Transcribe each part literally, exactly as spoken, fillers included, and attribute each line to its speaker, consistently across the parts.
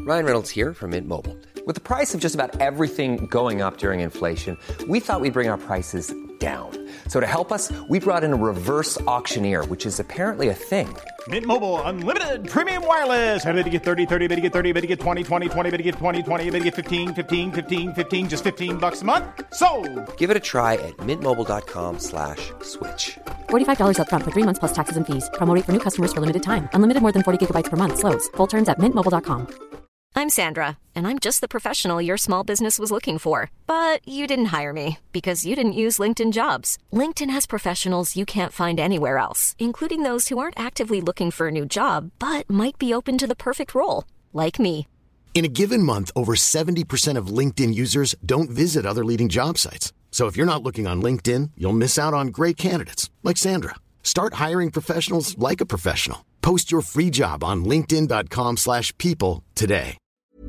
Speaker 1: Ryan Reynolds here from Mint Mobile. With the price of just about everything going up during inflation, we thought we'd bring our prices down. So to help us, we brought in a reverse auctioneer, which is apparently a thing.
Speaker 2: Mint Mobile Unlimited Premium Wireless. How to get thirty, thirty, how to get thirty, how to get twenty, twenty, twenty, how to get twenty, twenty, how to get fifteen, fifteen, fifteen, fifteen, just fifteen bucks a month? Sold!
Speaker 1: Give it a try at mintmobile.com slash switch.
Speaker 3: forty-five dollars up front for three months plus taxes and fees. Promo rate for new customers for limited time. Unlimited more than forty gigabytes per month. Slows full terms at mint mobile dot com.
Speaker 4: I'm Sandra, and I'm just the professional your small business was looking for. But you didn't hire me because you didn't use LinkedIn Jobs. LinkedIn has professionals you can't find anywhere else, including those who aren't actively looking for a new job, but might be open to the perfect role, like me.
Speaker 5: In a given month, over seventy percent of LinkedIn users don't visit other leading job sites. So if you're not looking on LinkedIn, you'll miss out on great candidates like Sandra. Start hiring professionals like a professional. Post your free job on linkedin dot com slash people today.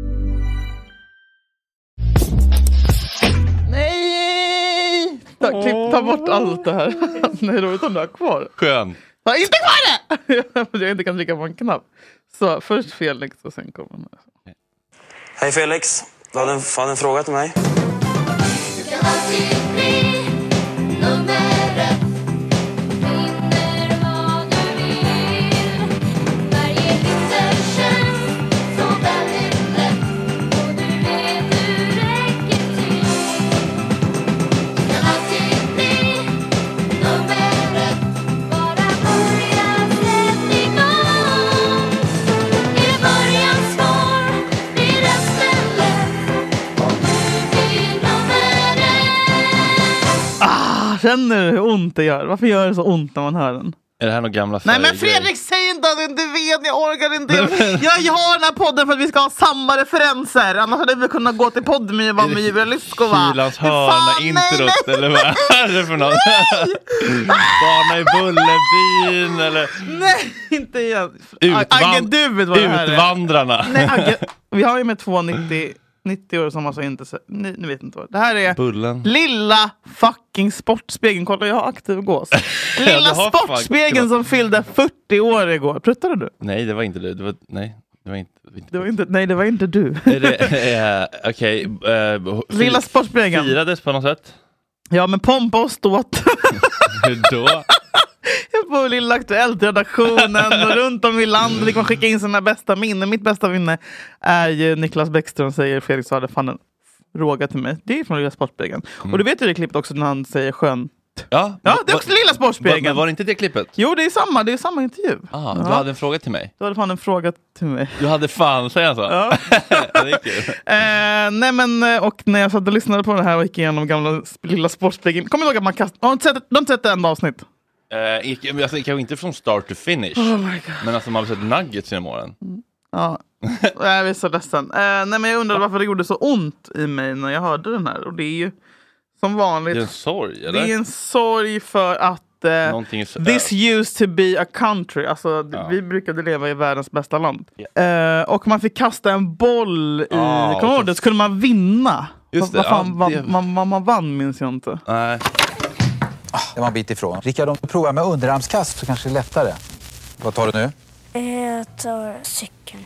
Speaker 6: Nej! Ta, klipp, ta bort allt det här. Nej, då utan du har kvar.
Speaker 7: Skön.
Speaker 6: Ta inte kvar det! Jag inte kan trycka på en knapp. Så först Felix och sen kommer den här.
Speaker 8: Hej Felix, du hade en, hade en fråga till mig.
Speaker 9: Du kan alltid bli nummer ett. Vinner vad du vill. Varje vinter känns så väldigt lätt. Och du vet du räcker till. Du kan alltid bli nummer ett. Bara börja sätt igång. I början svår, blir resten lätt. Om du blir nummer ett.
Speaker 6: Ah, känner du hur ont det gör? Varför gör det så ont när man hör den?
Speaker 7: Är det här några gamla
Speaker 6: Nej
Speaker 7: Sverige-
Speaker 6: men Fredrik, säg inte att du inte vet, jag orkar inte. Jag, jag har den här podden för att vi ska ha samma referenser. Annars hade vi kunnat gå till Podmy och vara med Julia Lyskova.
Speaker 7: Kylans hörna, introt eller vad är det för något? Barna i Bullerbyn eller
Speaker 6: Nej, inte igen.
Speaker 7: Utvan-
Speaker 6: Agge, du vet vad det här är.
Speaker 7: Utvandrarna.
Speaker 6: Nej, Agge, vi har ju med två nittio, nittio år som alltså inte se- ni, ni vet inte vad. Det här är
Speaker 7: Bullen.
Speaker 6: lilla fucking Sportspegeln. Kolla, jag har aktiv gås.
Speaker 7: Ja,
Speaker 6: Lilla
Speaker 7: du har
Speaker 6: Sportspegeln
Speaker 7: fuck-
Speaker 6: som fyllde fyrtio år igår. Pruttade du?
Speaker 7: Nej, det var inte du. Det var, nej, det var inte, inte
Speaker 6: Det var inte, nej, det var inte du.
Speaker 7: Är det, eh, okej. eh,
Speaker 6: Lilla Sportspegeln.
Speaker 7: Firades på något sätt?
Speaker 6: Ja, men pompa och ståt.
Speaker 7: Hur då?
Speaker 6: Jag på Lilla Aktuellt-redaktionen och runt om i landet. Vi kan skicka in sina bästa minnen. Mitt bästa minne är ju Niklas Bäckström säger Felix hade fan en fråga till mig. Det är från Lilla Sportspegeln.
Speaker 7: Mm.
Speaker 6: Och du vet ju det klippet också när han säger skönt.
Speaker 7: Ja,
Speaker 6: Ja, det är också Lilla Sportspegeln.
Speaker 7: Men var det inte det klippet?
Speaker 6: Jo, det är samma. Det är samma intervju.
Speaker 7: Ah,
Speaker 6: Ja.
Speaker 7: du hade en fråga till mig.
Speaker 6: Du hade fan en fråga till mig.
Speaker 7: Du hade fan, säger jag så?
Speaker 6: Ja.
Speaker 7: Ja, det är kul.
Speaker 6: Eh, nej men, och när jag satt och lyssnade på det här och gick igenom gamla Lilla Sportspegeln. Kommer du ihåg att man kastar... Har du inte sett, du har inte sett ett enda avsnitt?
Speaker 7: Eh, gick- alltså, kanske inte från start to finish.
Speaker 6: Oh my God.
Speaker 7: Men alltså man har sett nuggets genom åren.
Speaker 6: Ja, jag är så ledsen. Eh, nej men jag undrar varför det gjorde så ont i mig när jag hörde den här. Och det är ju som vanligt.
Speaker 7: Det är en sorg, eller?
Speaker 6: Det är en sorg för att eh,
Speaker 7: Någonting är så-
Speaker 6: this used to be a country. Alltså
Speaker 7: Ja.
Speaker 6: vi brukade leva i världens bästa land. Eh, och man fick kasta en boll i...
Speaker 7: Ja,
Speaker 6: Kommer du ihåg
Speaker 7: och
Speaker 6: det?
Speaker 7: så-
Speaker 6: Skulle man vinna?
Speaker 7: Just
Speaker 6: vad,
Speaker 7: det,
Speaker 6: vad, fan,
Speaker 7: ja,
Speaker 6: vad,
Speaker 7: det-
Speaker 6: vad, vad man vann minns jag inte.
Speaker 7: Nej.
Speaker 10: Det var en bit ifrån. Rickard, om du provar med underarmskast så kanske det är lättare. Vad tar du nu?
Speaker 9: Jag tar cykeln.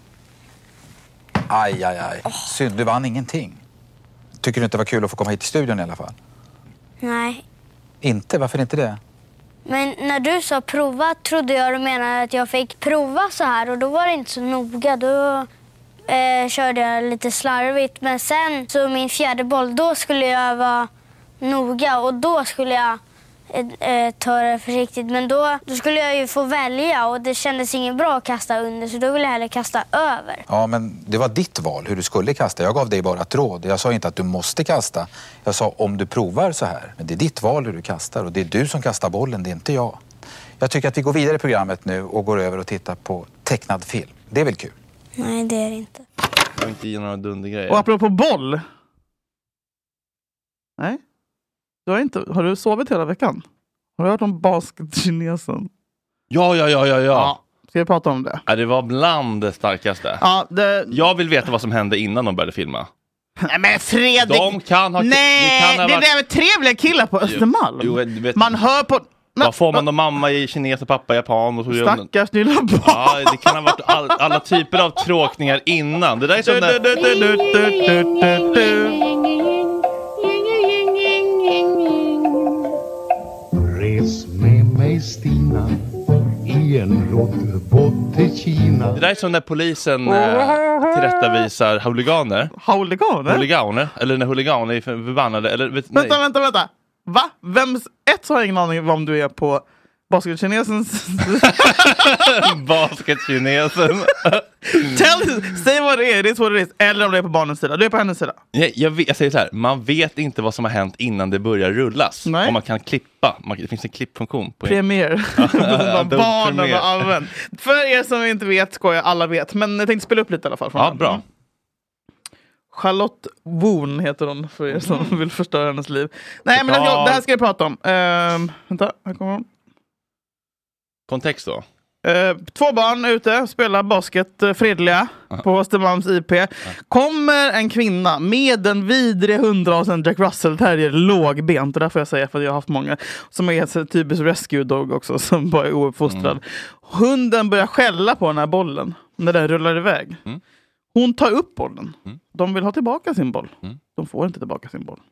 Speaker 10: Aj, aj, aj. Synd, du vann ingenting. Tycker du inte det var kul att få komma hit till studion i alla fall?
Speaker 9: Nej.
Speaker 10: Inte? Varför inte det?
Speaker 9: Men när du sa prova trodde jag du menade att jag fick prova så här. Och då var det inte så noga. Då eh, körde jag lite slarvigt. Men sen så min fjärde boll, då skulle jag vara noga. Och då skulle jag eh, eh, ta det försiktigt. Men då, då skulle jag ju få välja. Och det kändes inget bra att kasta under. Så då ville jag hellre kasta över.
Speaker 10: Ja, men det var ditt val hur du skulle kasta. Jag gav dig bara ett råd. Jag sa inte att du måste kasta. Jag sa om du provar så här. Men det är ditt val hur du kastar. Och det är du som kastar bollen, det är inte jag. Jag tycker att vi går vidare i programmet nu och går över och tittar på tecknad film. Det är väl kul?
Speaker 9: Nej, det är det inte.
Speaker 7: Jag vill inte ge några dundergrejer.
Speaker 6: Och apropå boll. Nej. Du har, inte, har du sovit hela veckan? Har du hört om basketkinesen?
Speaker 7: Ja, ja, ja, ja, ja.
Speaker 6: Ska vi prata om det?
Speaker 7: Ja, det var bland det starkaste.
Speaker 6: Ja, det...
Speaker 7: Jag vill veta vad som hände innan de började filma.
Speaker 6: Nej men Fredrik!
Speaker 7: De kan ha...
Speaker 6: Nej,
Speaker 7: det kan ha
Speaker 6: det
Speaker 7: varit-
Speaker 6: där är trevliga killar på Östermalm.
Speaker 7: Jo, du vet-
Speaker 6: Man hör på...
Speaker 7: Men, vad får man då mamma i kines och pappa i japan? Och så
Speaker 6: stackars lilla barn.
Speaker 7: Ja, det kan ha varit all, alla typer av tråkningar innan. Det där är sån där...
Speaker 5: Du, du, du, du, du, du, du. Res med mig Stina i en rådbåt till Kina.
Speaker 7: Det där är som när polisen eh, tillrättavisar huliganer.
Speaker 6: Huliganer?
Speaker 7: Huliganer. Eller när huliganer är förbannade. Eller, vet,
Speaker 6: vänta, vänta, vänta. Va? Vems... Ett så har jag ingen aning om du är på basketkinesens...
Speaker 7: basketkinesen.
Speaker 6: Tell, säg vad det är, det är så det är. Eller om du är på barnens sida. Du är på hennes sida.
Speaker 7: Jag, jag, vet, jag säger så här, man vet inte vad som har hänt innan det börjar rullas.
Speaker 6: Nej.
Speaker 7: Och man kan klippa. Man, det finns en klippfunktion. På
Speaker 6: Premier. Barnen och allmän. För er som inte vet, skojar, alla vet. Men jag tänkte spela upp lite i alla fall.
Speaker 7: Ja, bra.
Speaker 6: Mm. Charlotte Woon heter hon, för er som mm. vill förstöra hennes liv. Nej, men det, det här ska jag prata om. Uh, vänta, här kommer hon.
Speaker 7: Kontext då?
Speaker 6: Uh, två barn ute, spelar basket, uh, fredliga, uh-huh. på Östermalms I P. Uh-huh. Kommer en kvinna med en vidrig hundrasen Jack Russell terrier, lågbent, och där får jag säga, för jag har haft många, som är en typisk rescue dog också, som bara är ouppfostrad. Mm. Hunden börjar skälla på den här bollen när den rullar iväg. Mm. Hon tar upp bollen. Mm. De vill ha tillbaka sin boll. Mm. De får inte tillbaka sin boll.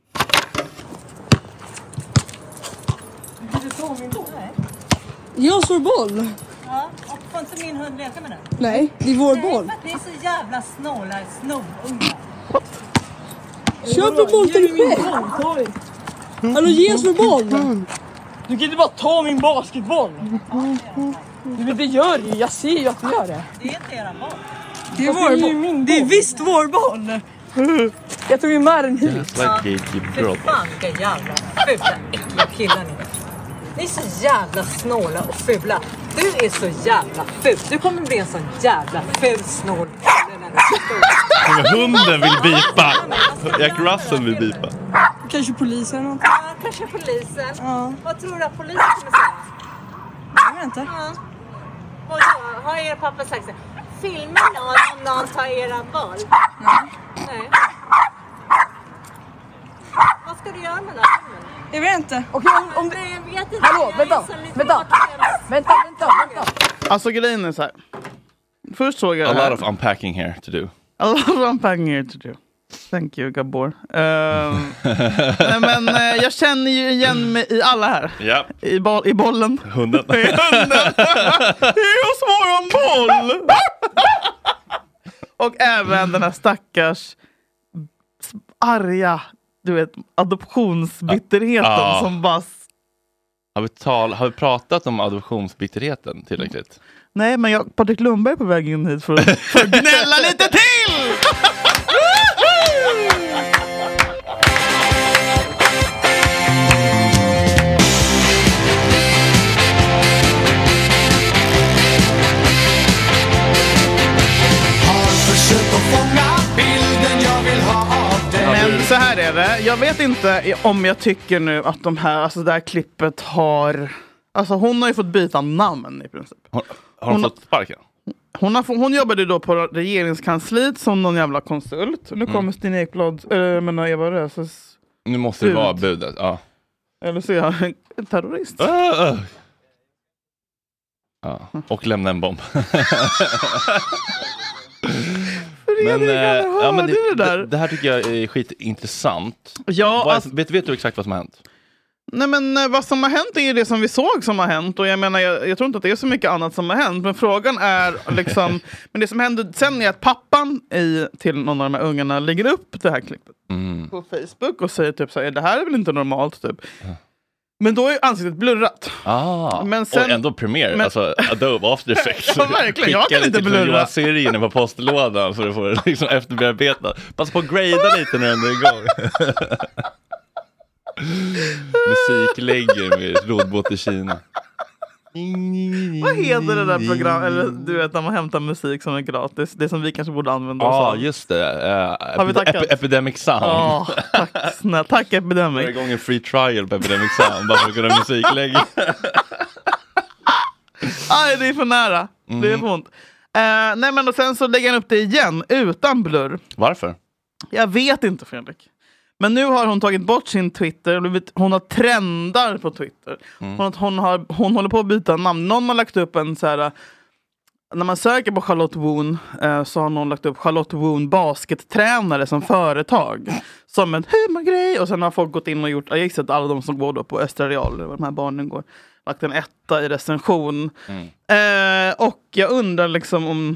Speaker 11: Vill du ta min boll?
Speaker 12: Jag slår boll.
Speaker 11: Ja, och får inte min hund leka med den?
Speaker 12: Nej, det är vår
Speaker 11: Nej,
Speaker 12: boll.
Speaker 11: Det är så jävla snålar, snorungar.
Speaker 12: Köp en boll till dig själv. Hallå, ge oss vår boll.
Speaker 13: Du kan inte bara ta min basketboll. Men det gör det. Jag ser ju att du gör det.
Speaker 11: Det är inte era boll.
Speaker 12: Det är vår boll. Det är visst vår boll.
Speaker 13: Jag tog ju med den hit.
Speaker 7: Just like gatekeeper girl.
Speaker 11: Fy fan, vilka jävla fula, äckliga killar ni är. Ni är så jävla snåla och fula. Du är så jävla ful. Du kommer bli en sån jävla ful snål.
Speaker 7: Hunden vill bipa. Jack Russell vill bipa.
Speaker 12: Kanske polisen eller något.
Speaker 11: Ja, kanske polisen. Ja. Vad tror du att polisen kommer säga?
Speaker 12: Jag vet inte.
Speaker 11: Ja. Och då har er pappa sagt så här: filma någon om någon tar era boll. Nej. Nej. Vad ska du göra med den här filmen?
Speaker 12: Jag vet inte.
Speaker 13: Okej, om, om
Speaker 11: Nej, jag vet inte.
Speaker 13: Hallå,
Speaker 11: Jag
Speaker 13: vänta, vänta, vänta, vänta, vänta.
Speaker 6: Alltså grejen är så här. Först såg jag
Speaker 7: A
Speaker 6: det här.
Speaker 7: lot of unpacking here to do.
Speaker 6: A lot of unpacking here to do. Thank you, Gabor. Um, nej, men uh, jag känner ju igen mig i alla här.
Speaker 7: Yep.
Speaker 6: I, bo- I bollen.
Speaker 7: Hunden.
Speaker 6: I hunden. Det är ju svår boll. Och även den här stackars arga, du vet, adoptionsbitterheten
Speaker 7: ah.
Speaker 6: som bara...
Speaker 7: Har vi, tal- har vi pratat om adoptionsbitterheten tillräckligt?
Speaker 6: Nej, men jag, Patrik Lundberg är på väg in hit för, för att gnälla lite till! Men så här är det. Jag vet inte om jag tycker nu att de här, alltså det här klippet har... Alltså hon har ju fått byta namn i princip.
Speaker 7: Har, har hon, hon fått sparken?
Speaker 6: Hon, har, hon jobbade då på regeringskansliet som någon jävla konsult. Nu kommer mm. Stina Ekblad, äh, men Eva Röses...
Speaker 7: Nu måste det vara budet, ja. Eller
Speaker 6: så är jag en terrorist.
Speaker 7: Uh, uh. Ja, och lämna en bomb. Men, äh, ja, men det, det, det, det här tycker jag är skitintressant.
Speaker 6: Ja,
Speaker 7: vad,
Speaker 6: alltså,
Speaker 7: vet, vet du exakt vad som har hänt?
Speaker 6: Nej, men vad som har hänt är ju det som vi såg som har hänt. Och jag menar, jag, jag tror inte att det är så mycket annat som har hänt. Men frågan är liksom... men det som hände sen är att pappan i, till någon av de här ungarna lägger upp det här klippet mm. på Facebook och säger typ så här, det här är väl inte normalt typ. Mm. Men då är ansiktet blurrat.
Speaker 7: Ah,
Speaker 6: men sen,
Speaker 7: och ändå Premiere, men, alltså Adobe After Effects.
Speaker 6: Ja, verkligen. Jag kan inte blurra.
Speaker 7: Serien på postlådan så du får liksom efterbearbeta. Passa på att grada lite när den är igång. Musiklägger med rodbåt i Kina.
Speaker 6: Vad heter det där program, eller du vet när man hämtar musik som är gratis, det som vi kanske borde använda oss
Speaker 7: av.
Speaker 6: Ja,
Speaker 7: just det. Uh,
Speaker 6: Har vi tackat?
Speaker 7: Ep- Epidemic Sound.
Speaker 6: Ja, tack snälla. Tack Epidemic.
Speaker 7: Varje gång en free trial på Epidemic Sound bara för att kunna musiklägga.
Speaker 6: Aj, det är för nära. Mm. Det är för ont. Uh, nej men och sen så lägger han upp det igen utan blurr.
Speaker 7: Varför?
Speaker 6: Jag vet inte, Fredrik. Men nu har hon tagit bort sin Twitter. Hon har trendar på Twitter.
Speaker 7: Mm.
Speaker 6: Hon, hon, har, hon håller på att byta namn. Någon har lagt upp en så här... När man söker på Charlotte Woon eh, så har någon lagt upp Charlotte Woon baskettränare som företag. Som en humorgrej. Och sen har folk gått in och gjort... Jag gissar att alla de som går då på Östra Real, de här barnen går, lagt en etta i recension.
Speaker 7: Mm.
Speaker 6: Eh, och jag undrar liksom om...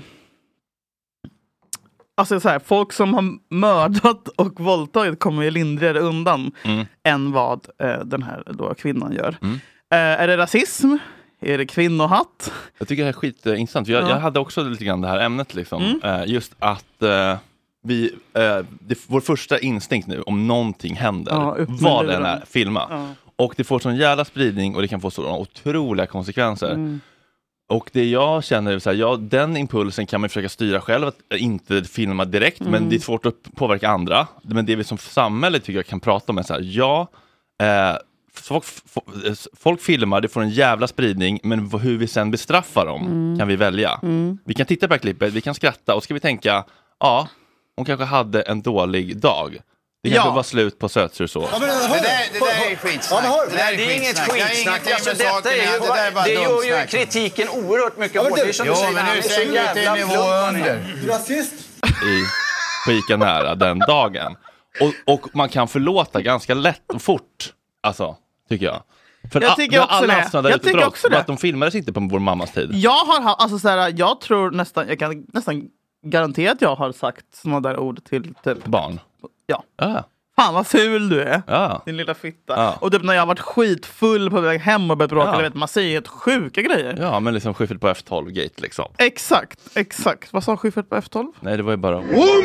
Speaker 6: Alltså så här, folk som har mördat och våldtagit kommer ju lindrigare undan
Speaker 7: mm.
Speaker 6: än vad eh, den här då kvinnan gör.
Speaker 7: Mm.
Speaker 6: Eh, är det rasism? Är det kvinnohatt?
Speaker 7: Jag tycker det här är skitintressant. Jag,
Speaker 6: Ja.
Speaker 7: jag hade också lite grann det här ämnet. Liksom.
Speaker 6: Mm.
Speaker 7: Eh, just att eh, vi, eh, det, vår första instinkt nu, om någonting händer,
Speaker 6: Ja, upp med
Speaker 7: vad den
Speaker 6: luren.
Speaker 7: är, filma.
Speaker 6: Ja.
Speaker 7: Och det får sån jävla spridning och det kan få sådana otroliga konsekvenser.
Speaker 6: Mm.
Speaker 7: Och det jag känner är så här, ja, den impulsen kan man försöka styra själv, att inte filma direkt,
Speaker 6: Mm.
Speaker 7: men det är svårt att påverka andra. Men det vi som samhälle tycker jag kan prata om är så här, ja, eh, folk, f- folk filmar, det får en jävla spridning, men v- hur vi sen bestraffar dem
Speaker 6: Mm.
Speaker 7: kan vi välja.
Speaker 6: Mm.
Speaker 7: Vi kan titta på det här klippet, vi kan skratta och ska vi tänka, ja, hon kanske hade en dålig dag. Det kanske
Speaker 6: Ja.
Speaker 7: var slut på sötsursås.
Speaker 14: Ja, men, det, där, det där är skitsnack. Ja, det, där är det är inget skitsnack. Alltså, detta är ju, det, är bara det gör ju kritiken oerhört mycket hårt. Det är som du säger, men nu sänker du till nivå under. Rasist.
Speaker 7: I Fika nära den dagen. Och, och man kan förlåta ganska lätt och fort. Alltså, tycker jag. För
Speaker 6: Jag
Speaker 7: a-
Speaker 6: tycker
Speaker 7: vi har
Speaker 6: också
Speaker 7: alla
Speaker 6: det.
Speaker 7: haft såna där
Speaker 6: Jag
Speaker 7: utbrott,
Speaker 6: tycker också
Speaker 7: för
Speaker 6: det.
Speaker 7: att de filmades inte på vår mammas tid.
Speaker 6: Jag har ha- alltså så här, jag tror nästan, jag kan nästan garantera att jag har sagt såna där ord till typ
Speaker 7: barn.
Speaker 6: Ja.
Speaker 7: Ja.
Speaker 6: Fan vad ful du är.
Speaker 7: Ja.
Speaker 6: Din lilla fitta.
Speaker 7: Ja.
Speaker 6: Och typ när jag har varit skitfull på väg hem och börjat bråka,
Speaker 7: Ja.
Speaker 6: du vet, man säger helt sjuka grejer.
Speaker 7: Ja, men liksom Schyffert på F tolv gate liksom.
Speaker 6: Exakt, exakt. Vad sa Schyffert på F tolv?
Speaker 7: Nej, det var ju bara...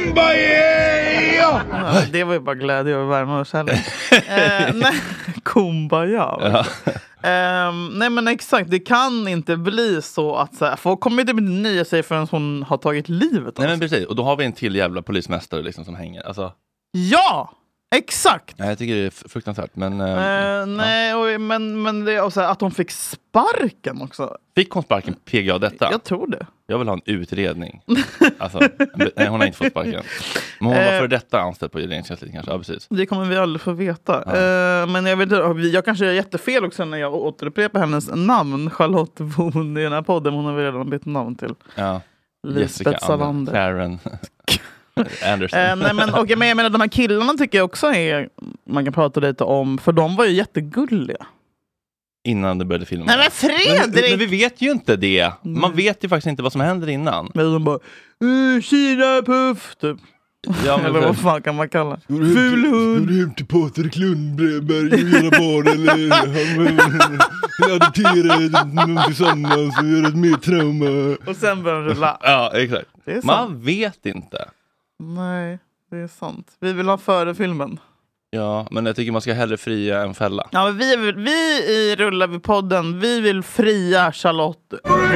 Speaker 6: Ja, det var ju bara glädje och värme och kärlek. eh, nej, kumbaya.
Speaker 7: Ja.
Speaker 6: Ehm, nej men exakt, det kan inte bli så att så här, folk kommer inte nya sig förrän hon har tagit livet av
Speaker 7: Nej, men
Speaker 6: sig.
Speaker 7: precis. Och då har vi en till jävla polismästare liksom som hänger. Alltså...
Speaker 6: Ja, exakt.
Speaker 7: Nej, jag tycker det är f- fruktansvärt. Men, eh,
Speaker 6: Eh, nej, och, men, men det, och så här, att hon fick sparken också.
Speaker 7: fick hon sparken P G A detta?
Speaker 6: Jag tror det.
Speaker 7: Jag vill ha en utredning. Alltså, nej, hon har inte fått sparken. Men hon var
Speaker 6: Eh.
Speaker 7: för detta anställd på regeringskansliet kanske. Ja, precis.
Speaker 6: Det kommer vi aldrig få veta.
Speaker 7: Ja.
Speaker 6: Eh, men jag, vet, jag kanske gör jättefel också när jag återupprepar hennes namn. Charlotte Woon i den här podden. Hon har väl redan bytt namn till
Speaker 7: Ja.
Speaker 6: Lisbeth
Speaker 7: Jessica,
Speaker 6: Salander.
Speaker 7: Sharon Anderson.
Speaker 6: Eh, nej, men, okay, men jag menar, de här killarna tycker jag också är, man kan prata lite om, för de var ju jättegulliga.
Speaker 7: Innan du började filma.
Speaker 6: Nej men Fredrik!
Speaker 7: Men, men vi vet ju inte det. Man vet ju faktiskt inte vad som händer innan.
Speaker 6: Men de bara, uh, Kina puff, typ.
Speaker 7: Ja, men
Speaker 6: eller
Speaker 7: för-
Speaker 6: vad fan kan man kalla?
Speaker 14: Ful hund. Går du hem till Patrik Lundberg och göra barn eller han adoptera någon tillsammans och göra ett mer trauma.
Speaker 6: Och sen börjar de rulla.
Speaker 7: Ja, exakt.
Speaker 6: Det är sant.
Speaker 7: Man vet inte.
Speaker 6: Nej, det är sant. Vi vill ha före filmen.
Speaker 7: Ja, men jag tycker man ska hellre fria än fälla.
Speaker 6: Ja, men vi, vill- vi i Rullar vi podden, vi vill fria Charlotte.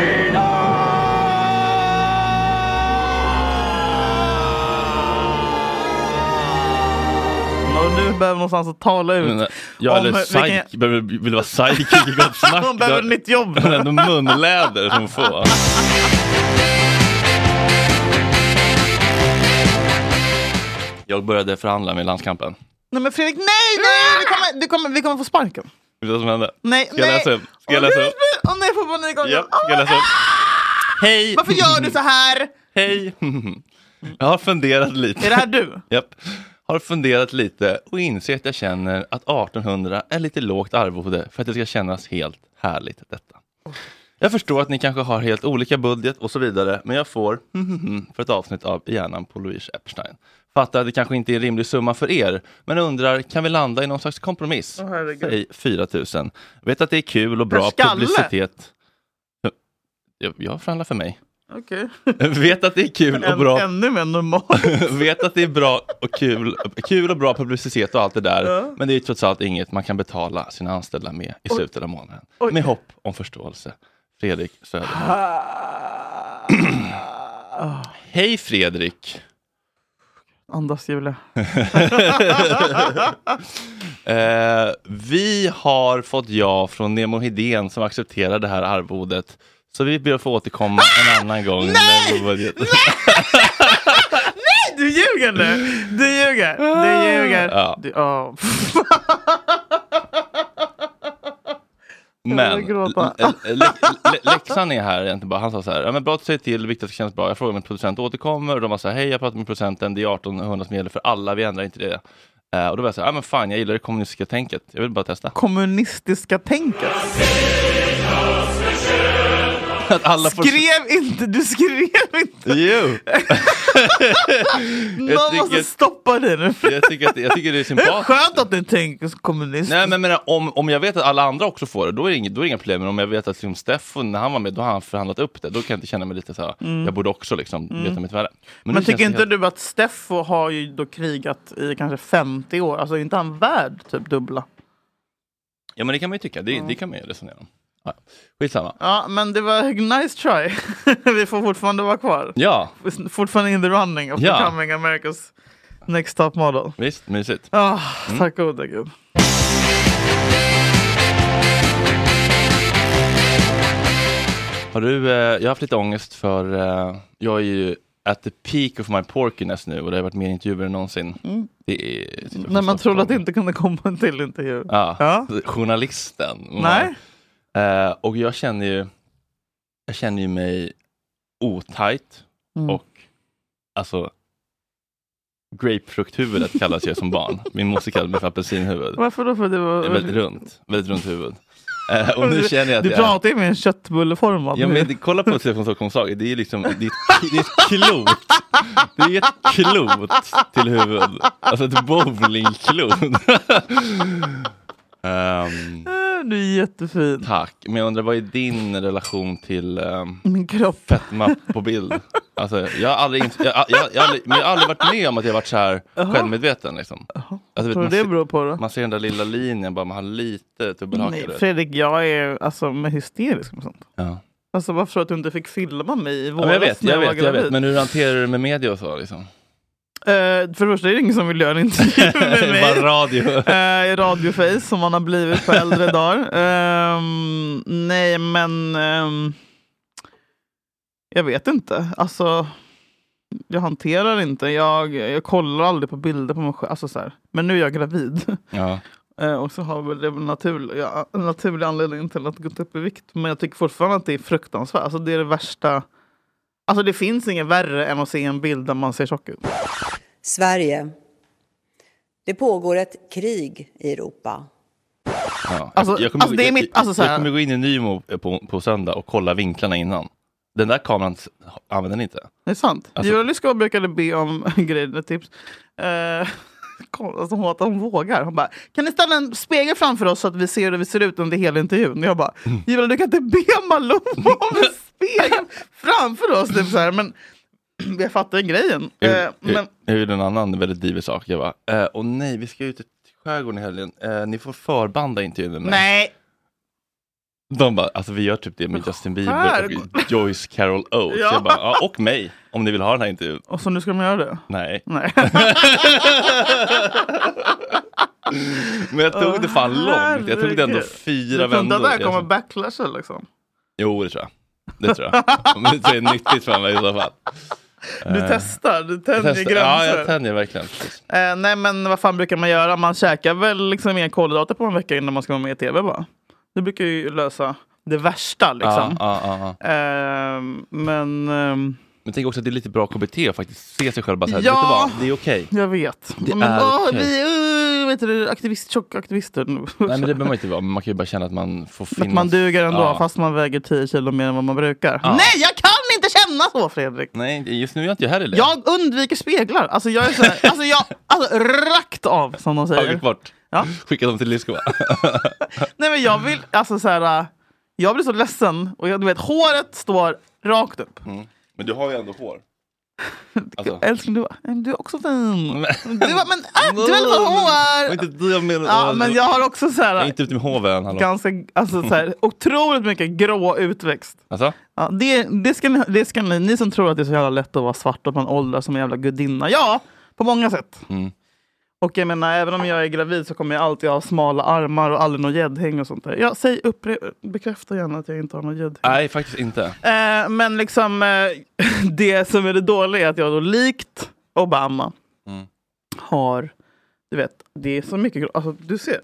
Speaker 6: Och nu behöver någonstans att tala ut.
Speaker 7: Men, ja,
Speaker 6: om
Speaker 7: eller
Speaker 6: hur-
Speaker 7: psyk,
Speaker 6: vilken-
Speaker 7: behöver, vill vara psychic i gott snack.
Speaker 6: Hon behöver ett nytt jobb.
Speaker 7: Men ändå munläder som får. Jag började förhandla med landskampen.
Speaker 6: Nej men Fredrik, nej, nej, vi kommer, du kommer, vi kommer få sparken.
Speaker 7: Vet du vad som hände?
Speaker 6: Nej,
Speaker 7: Ska jag
Speaker 6: nej.
Speaker 7: läsa upp? Ska jag läsa upp?
Speaker 6: Åh nej, jag får panik också.
Speaker 7: Ja, ska jag läsa upp? Hej!
Speaker 6: Varför gör du så här?
Speaker 7: Hej! Jag har funderat lite.
Speaker 6: Är det här du?
Speaker 7: Japp. Har funderat lite och inser att jag känner att artonhundra är lite lågt arvode för att det ska kännas helt härligt detta. Jag förstår att ni kanske har helt olika budget och så vidare, men jag får för ett avsnitt av Hjärnan på Louise Epstein. Fattar att det kanske inte är en rimlig summa för er, men undrar, kan vi landa i någon slags kompromiss?
Speaker 6: Åh, herregud.
Speaker 7: Säg fyra tusen. Vet att det är kul och bra
Speaker 6: Per skalle?
Speaker 7: publicitet. Jag, jag förhandlar för mig.
Speaker 6: Okej.
Speaker 7: Vet att det är kul och bra.
Speaker 6: Ännu mer normalt.
Speaker 7: Vet att det är bra och kul, kul och bra publicitet och allt det där.
Speaker 6: Ja.
Speaker 7: Men det är ju trots allt inget man kan betala sina anställda med i slutet av månaden.
Speaker 6: Oj.
Speaker 7: Med hopp om förståelse. Fredrik Söderman. Hej Fredrik.
Speaker 6: Andas Julia.
Speaker 7: eh, vi har fått ja från Nemo Hedén som accepterar det här arvodet. Så vi ber att få återkomma en annan gång.
Speaker 6: Nej!
Speaker 7: Nej!
Speaker 6: Nej, du ljuger! ljuger nu. Du ljuger. Du ljuger.
Speaker 7: Ja.
Speaker 6: Du, oh.
Speaker 7: Men l- l- l- läxan är här egentligen bara, han sa så här, ja men bra att säga till, viktigt att det känns bra. Jag frågade om en producent återkommer och de var så här, hej jag pratar med producenten, det är arton hundra som gäller för alla, vi ändrar inte det. Uh, och då var jag så här, ja men fan jag gillar det kommunistiska tänket, jag vill bara testa.
Speaker 6: Kommunistiska tänket?
Speaker 7: Att alla får...
Speaker 6: Skrev inte, du skrev inte.
Speaker 7: Jo.
Speaker 6: Någon måste stoppa det nu.
Speaker 7: Jag tycker, att, jag tycker det är sympatiskt.
Speaker 6: Det är skönt att du tänker som kommunist.
Speaker 7: Nej men, men om, om jag vet att alla andra också får det, då är det inga, då är det inga problem. Men om jag vet att liksom, Steffon, när han var med, då har han förhandlat upp det. Då kan jag inte känna mig lite så här, mm. jag borde också liksom mm. veta mitt värde. Men,
Speaker 6: men tycker inte
Speaker 7: helt...
Speaker 6: du att Steffo har ju då krigat i kanske femtio år? Alltså är inte han värd typ dubbla?
Speaker 7: Ja men det kan man ju tycka, det, mm. det kan man ju resonera om. Ja, skitsamma.
Speaker 6: Ja, men det var nice try. Vi får fortfarande vara kvar.
Speaker 7: Ja.
Speaker 6: Fortfarande in the running of
Speaker 7: ja.
Speaker 6: becoming America's next top model.
Speaker 7: Visst, mysigt.
Speaker 6: Ah, mm. Tack gode gud.
Speaker 7: Har du, eh, jag har haft lite ångest för, eh, jag är ju at the peak of my porkiness nu och det har varit mer intervjuer än någonsin. Mm. Det är,
Speaker 6: när man trodde att det inte kunde komma en till intervju.
Speaker 7: Ja, ja. Journalisten.
Speaker 6: Nej.
Speaker 7: Uh, och jag känner ju jag känner ju mig otajt mm. och alltså grapefrukthuvudet kallas jag som barn. Min moster kallade mig för apelsinhuvud.
Speaker 6: Varför då? För det var
Speaker 7: det är väldigt runt, väldigt runt huvud. Uh, och nu känner jag att
Speaker 6: du pratar ju med en köttbulleform.
Speaker 7: Ja men det, kolla på det från Stockholmssaget. Det är ju liksom det är, ett, det är ett klot. Det är ett klot till huvud. Alltså ett bowlingklot. Um,
Speaker 6: du är jättefin.
Speaker 7: Tack, men jag undrar vad är din relation till um,
Speaker 6: min kropp?
Speaker 7: Fetma på bild. Alltså, jag har aldrig, jag, jag, jag, jag, aldrig, men jag har aldrig varit med om att jag varit så här uh-huh. självmedveten liksom.
Speaker 6: Uh-huh.
Speaker 7: Alltså, vet,
Speaker 6: tror
Speaker 7: man,
Speaker 6: det beror på det?
Speaker 7: Man ser den där lilla linjen, bara man har lite tubbelhakare.
Speaker 6: Nej, Fredrik, jag är alltså med hysterisk med sånt.
Speaker 7: Ja.
Speaker 6: Alltså varför tror att du inte fick filma mig i våras?
Speaker 7: Ja, jag vet, jag,
Speaker 6: jag
Speaker 7: vet, jag vet. Men hur hanterar du det med media och så liksom?
Speaker 6: Uh, för det första är det ingen som vill göra en intervju med mig.
Speaker 7: Bara radio.
Speaker 6: uh, radioface som man har blivit på äldre dagar. Uh, nej men um, jag vet inte. Alltså jag hanterar inte. Jag, jag kollar aldrig på bilder på mig själv. Alltså, så här. Men nu är jag gravid.
Speaker 7: Ja.
Speaker 6: Uh, och så har väl det naturlig, ja, en naturlig anledning till att gå upp i vikt. Men jag tycker fortfarande att det är fruktansvärt. Alltså det är det värsta. Alltså det finns inget värre än att se en bild där man ser tjock ut.
Speaker 15: Sverige. Det pågår ett krig i Europa.
Speaker 7: Ja.
Speaker 6: Alltså,
Speaker 7: jag, kommer,
Speaker 6: alltså det är mitt, alltså så här.
Speaker 7: jag kommer gå in i Nymo på, på söndag och kolla vinklarna innan. Den där kameran använder den inte.
Speaker 6: Det är sant.
Speaker 7: Alltså,
Speaker 6: Julia Lyskov brukade be om grejer, tips. Uh, alltså hon, att hon vågar. Hon bara, kan ni ställa en spegel framför oss så att vi ser hur vi ser ut under hela intervjun? Jag bara, mm. Julia du kan inte be Malou om en spegel framför oss. Typ så här. Men jag fattar grejen.
Speaker 7: Jag,
Speaker 6: uh, men...
Speaker 7: jag gjorde en annan väldigt divig sak. Jag bara, uh, åh nej, vi ska ut till skärgården i helgen. Uh, ni får förbanda intervjun med mig.
Speaker 6: Nej.
Speaker 7: De bara, alltså vi gör typ det med Justin Bieber och Joyce Carol Oates. Ja. Jag bara, ja, och mig, om ni vill ha den här intervjun.
Speaker 6: Och så nu ska de göra det?
Speaker 7: Nej.
Speaker 6: Nej.
Speaker 7: Men jag tog oh, det fan långt. Jag tog det ändå fyra vändor.
Speaker 6: Det där kommer backlash liksom.
Speaker 7: Jo, det tror jag. Det tror jag. Men det är nyttigt för mig i så fall.
Speaker 6: Du uh, testar, du tänjer gränser.
Speaker 7: Ja, jag tänjer verkligen.
Speaker 6: Uh, nej, men vad fan brukar man göra? Man käkar väl liksom inga kolhydrater på en vecka innan man ska vara med i tv bara. Det brukar ju lösa det värsta liksom.
Speaker 7: Ja, ja, ja.
Speaker 6: Uh, men... Um...
Speaker 7: Men tänk också att det är lite bra K B T att faktiskt se sig själv bara så här,
Speaker 6: ja,
Speaker 7: vet du vad? Det är okej.
Speaker 6: Okay. Jag vet.
Speaker 7: Det
Speaker 6: men,
Speaker 7: är
Speaker 6: åh,
Speaker 7: okay.
Speaker 6: Vi uh, vet du, aktivist, tjockaktivister.
Speaker 7: Nej, men det behöver man inte vara. Man kan ju bara känna att man får finnas.
Speaker 6: Att man duger ändå, ja. Fast man väger tio kilo mer än vad man brukar. Ja. Nej, jag kan inte känna så, Fredrik.
Speaker 7: Nej, just nu är jag inte här i
Speaker 6: Jag undviker speglar. Alltså jag är så här, alltså jag, alltså rakt av, som de säger.
Speaker 7: Tagit bort.
Speaker 6: Ja.
Speaker 7: Skicka dem till Lyskova.
Speaker 6: Nej, men jag vill, alltså så här, jag blir så ledsen. Och jag, du vet, håret står rakt upp.
Speaker 7: Mm. Men du har ju ändå hår. Alltså.
Speaker 6: Älskling, du, du är också fin. Du, men äh, du är väl hår.
Speaker 7: Inte du jag menar.
Speaker 6: Ja, men jag har också så här.
Speaker 7: Jag är inte ute med hoven. Hallå.
Speaker 6: Ganska, alltså så här, otroligt mycket grå utväxt.
Speaker 7: Alltså?
Speaker 6: Ja, det, det, ska ni, det ska ni, ni som tror att det är så jävla lätt att vara svart och man åldras som en jävla gudinna. Ja, på många sätt.
Speaker 7: Mm.
Speaker 6: Och jag menar, även om jag är gravid så kommer jag alltid ha smala armar och aldrig någon gäddhäng och sånt där. Ja, säg uppre- bekräfta gärna att jag inte har någon gäddhäng.
Speaker 7: Nej, faktiskt inte.
Speaker 6: Eh, men liksom, eh, det som är det dåliga är att jag då likt Obama
Speaker 7: Mm.
Speaker 6: har, du vet, det är så mycket, alltså du ser.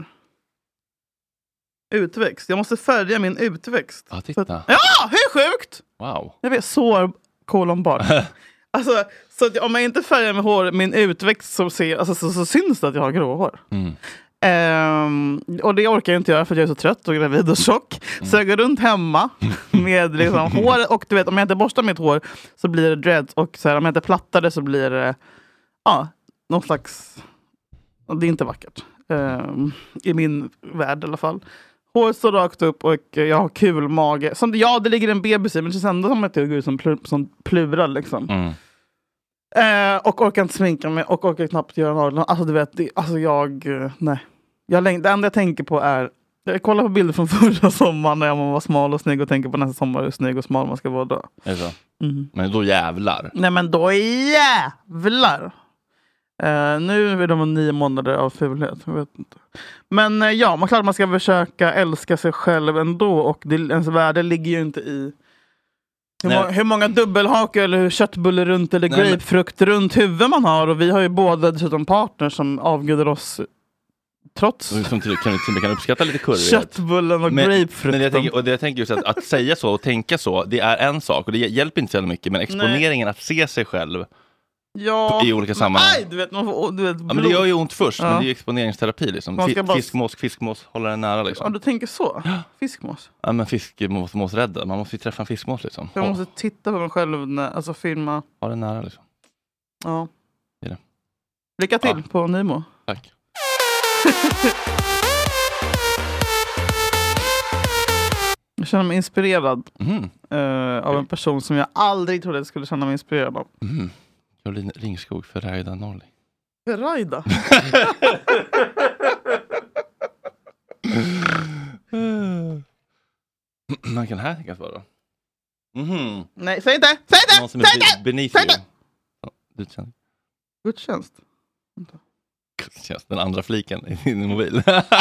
Speaker 6: Utväxt. Jag måste färga min utväxt.
Speaker 7: Ja, titta.
Speaker 6: Att, ja, hur sjukt?
Speaker 7: Wow.
Speaker 6: Jag vet, så kolon barn. Alltså, så att om jag inte färgar med hår, min utväxt så, ser, alltså, så, så syns det att jag har grå hår.
Speaker 7: Mm.
Speaker 6: Um, och det orkar jag inte göra för att jag är så trött och gravid och tjock. Mm. Så jag går runt hemma med liksom hår. Och du vet, om jag inte borstar mitt hår så blir det dreads. Och så här, om jag inte plattar det så blir det ja, någon slags... Det är inte vackert. Um, I min värld i alla fall. Håret står rakt upp och jag har kul mage. Som, ja, det ligger en bebis i, men det känns ändå som att jag går ut som, pl- som plurar liksom.
Speaker 7: Mm.
Speaker 6: Uh, och orkar inte sminka mig och orkar knappt göra naglarna. Alltså du vet, det, alltså jag... Uh, nej. Jag, det enda jag tänker på är... Jag kollar på bilder från förra sommaren när man var smal och snygg och tänker på nästa sommar hur snygg och smal man ska vara då.
Speaker 7: Är det så?
Speaker 6: Mm.
Speaker 7: Men då jävlar.
Speaker 6: Nej men då jävlar! Uh, nu är de nio månader av fulhet. Jag vet inte. Men uh, ja, man klart man ska försöka älska sig själv ändå. Och det, ens värde ligger ju inte i hur, må- hur många dubbelhakor eller hur köttbullar runt eller Nej, grapefrukt men... runt huvudet man har. Och vi har ju båda dessutom partners som avgudar oss trots.
Speaker 7: Och som kan vi till kan uppskatta lite kurvighet.
Speaker 6: Köttbullen och
Speaker 7: men,
Speaker 6: grapefrukten.
Speaker 7: Men jag tänker, och det jag tänker just att, att säga så och tänka så, det är en sak. Och det hjälper inte så mycket. Men exponeringen Nej. Att se sig själv
Speaker 6: ja.
Speaker 7: i olika sammanhang.
Speaker 6: Nej, du vet, man får, du vet,
Speaker 7: ja, men det gör ju ont först, ja. Men det är ju exponeringsterapi liksom. F-
Speaker 6: bara...
Speaker 7: Fiskmås, fiskmås, hålla den nära liksom.
Speaker 6: Ja, du tänker så? Fiskmås?
Speaker 7: Ja, men fiskmås måste rädda. Man måste ju träffa en fiskmås liksom.
Speaker 6: Jag måste titta på mig själv, när, alltså filma.
Speaker 7: Ha den nära liksom.
Speaker 6: Ja.
Speaker 7: Det är det.
Speaker 6: Lycka till
Speaker 7: ja.
Speaker 6: på Nimo.
Speaker 7: Tack.
Speaker 6: Jag känner mig inspirerad
Speaker 7: mm.
Speaker 6: uh, av en person som jag aldrig trodde jag skulle känna mig inspirerad av.
Speaker 7: Mm. Caroline Ringskog för Raida Norli.
Speaker 6: För Raida?
Speaker 7: Man kan här tänkas vara. Mm-hmm.
Speaker 6: Nej, säg inte! Säg inte!
Speaker 7: Någon som
Speaker 6: säg
Speaker 7: är
Speaker 6: inte!
Speaker 7: beneath
Speaker 6: säg
Speaker 7: you.
Speaker 6: inte!
Speaker 7: Ja, gudstjänst.
Speaker 6: Gudstjänst?
Speaker 7: Gudstjänst, den andra fliken i din mobil.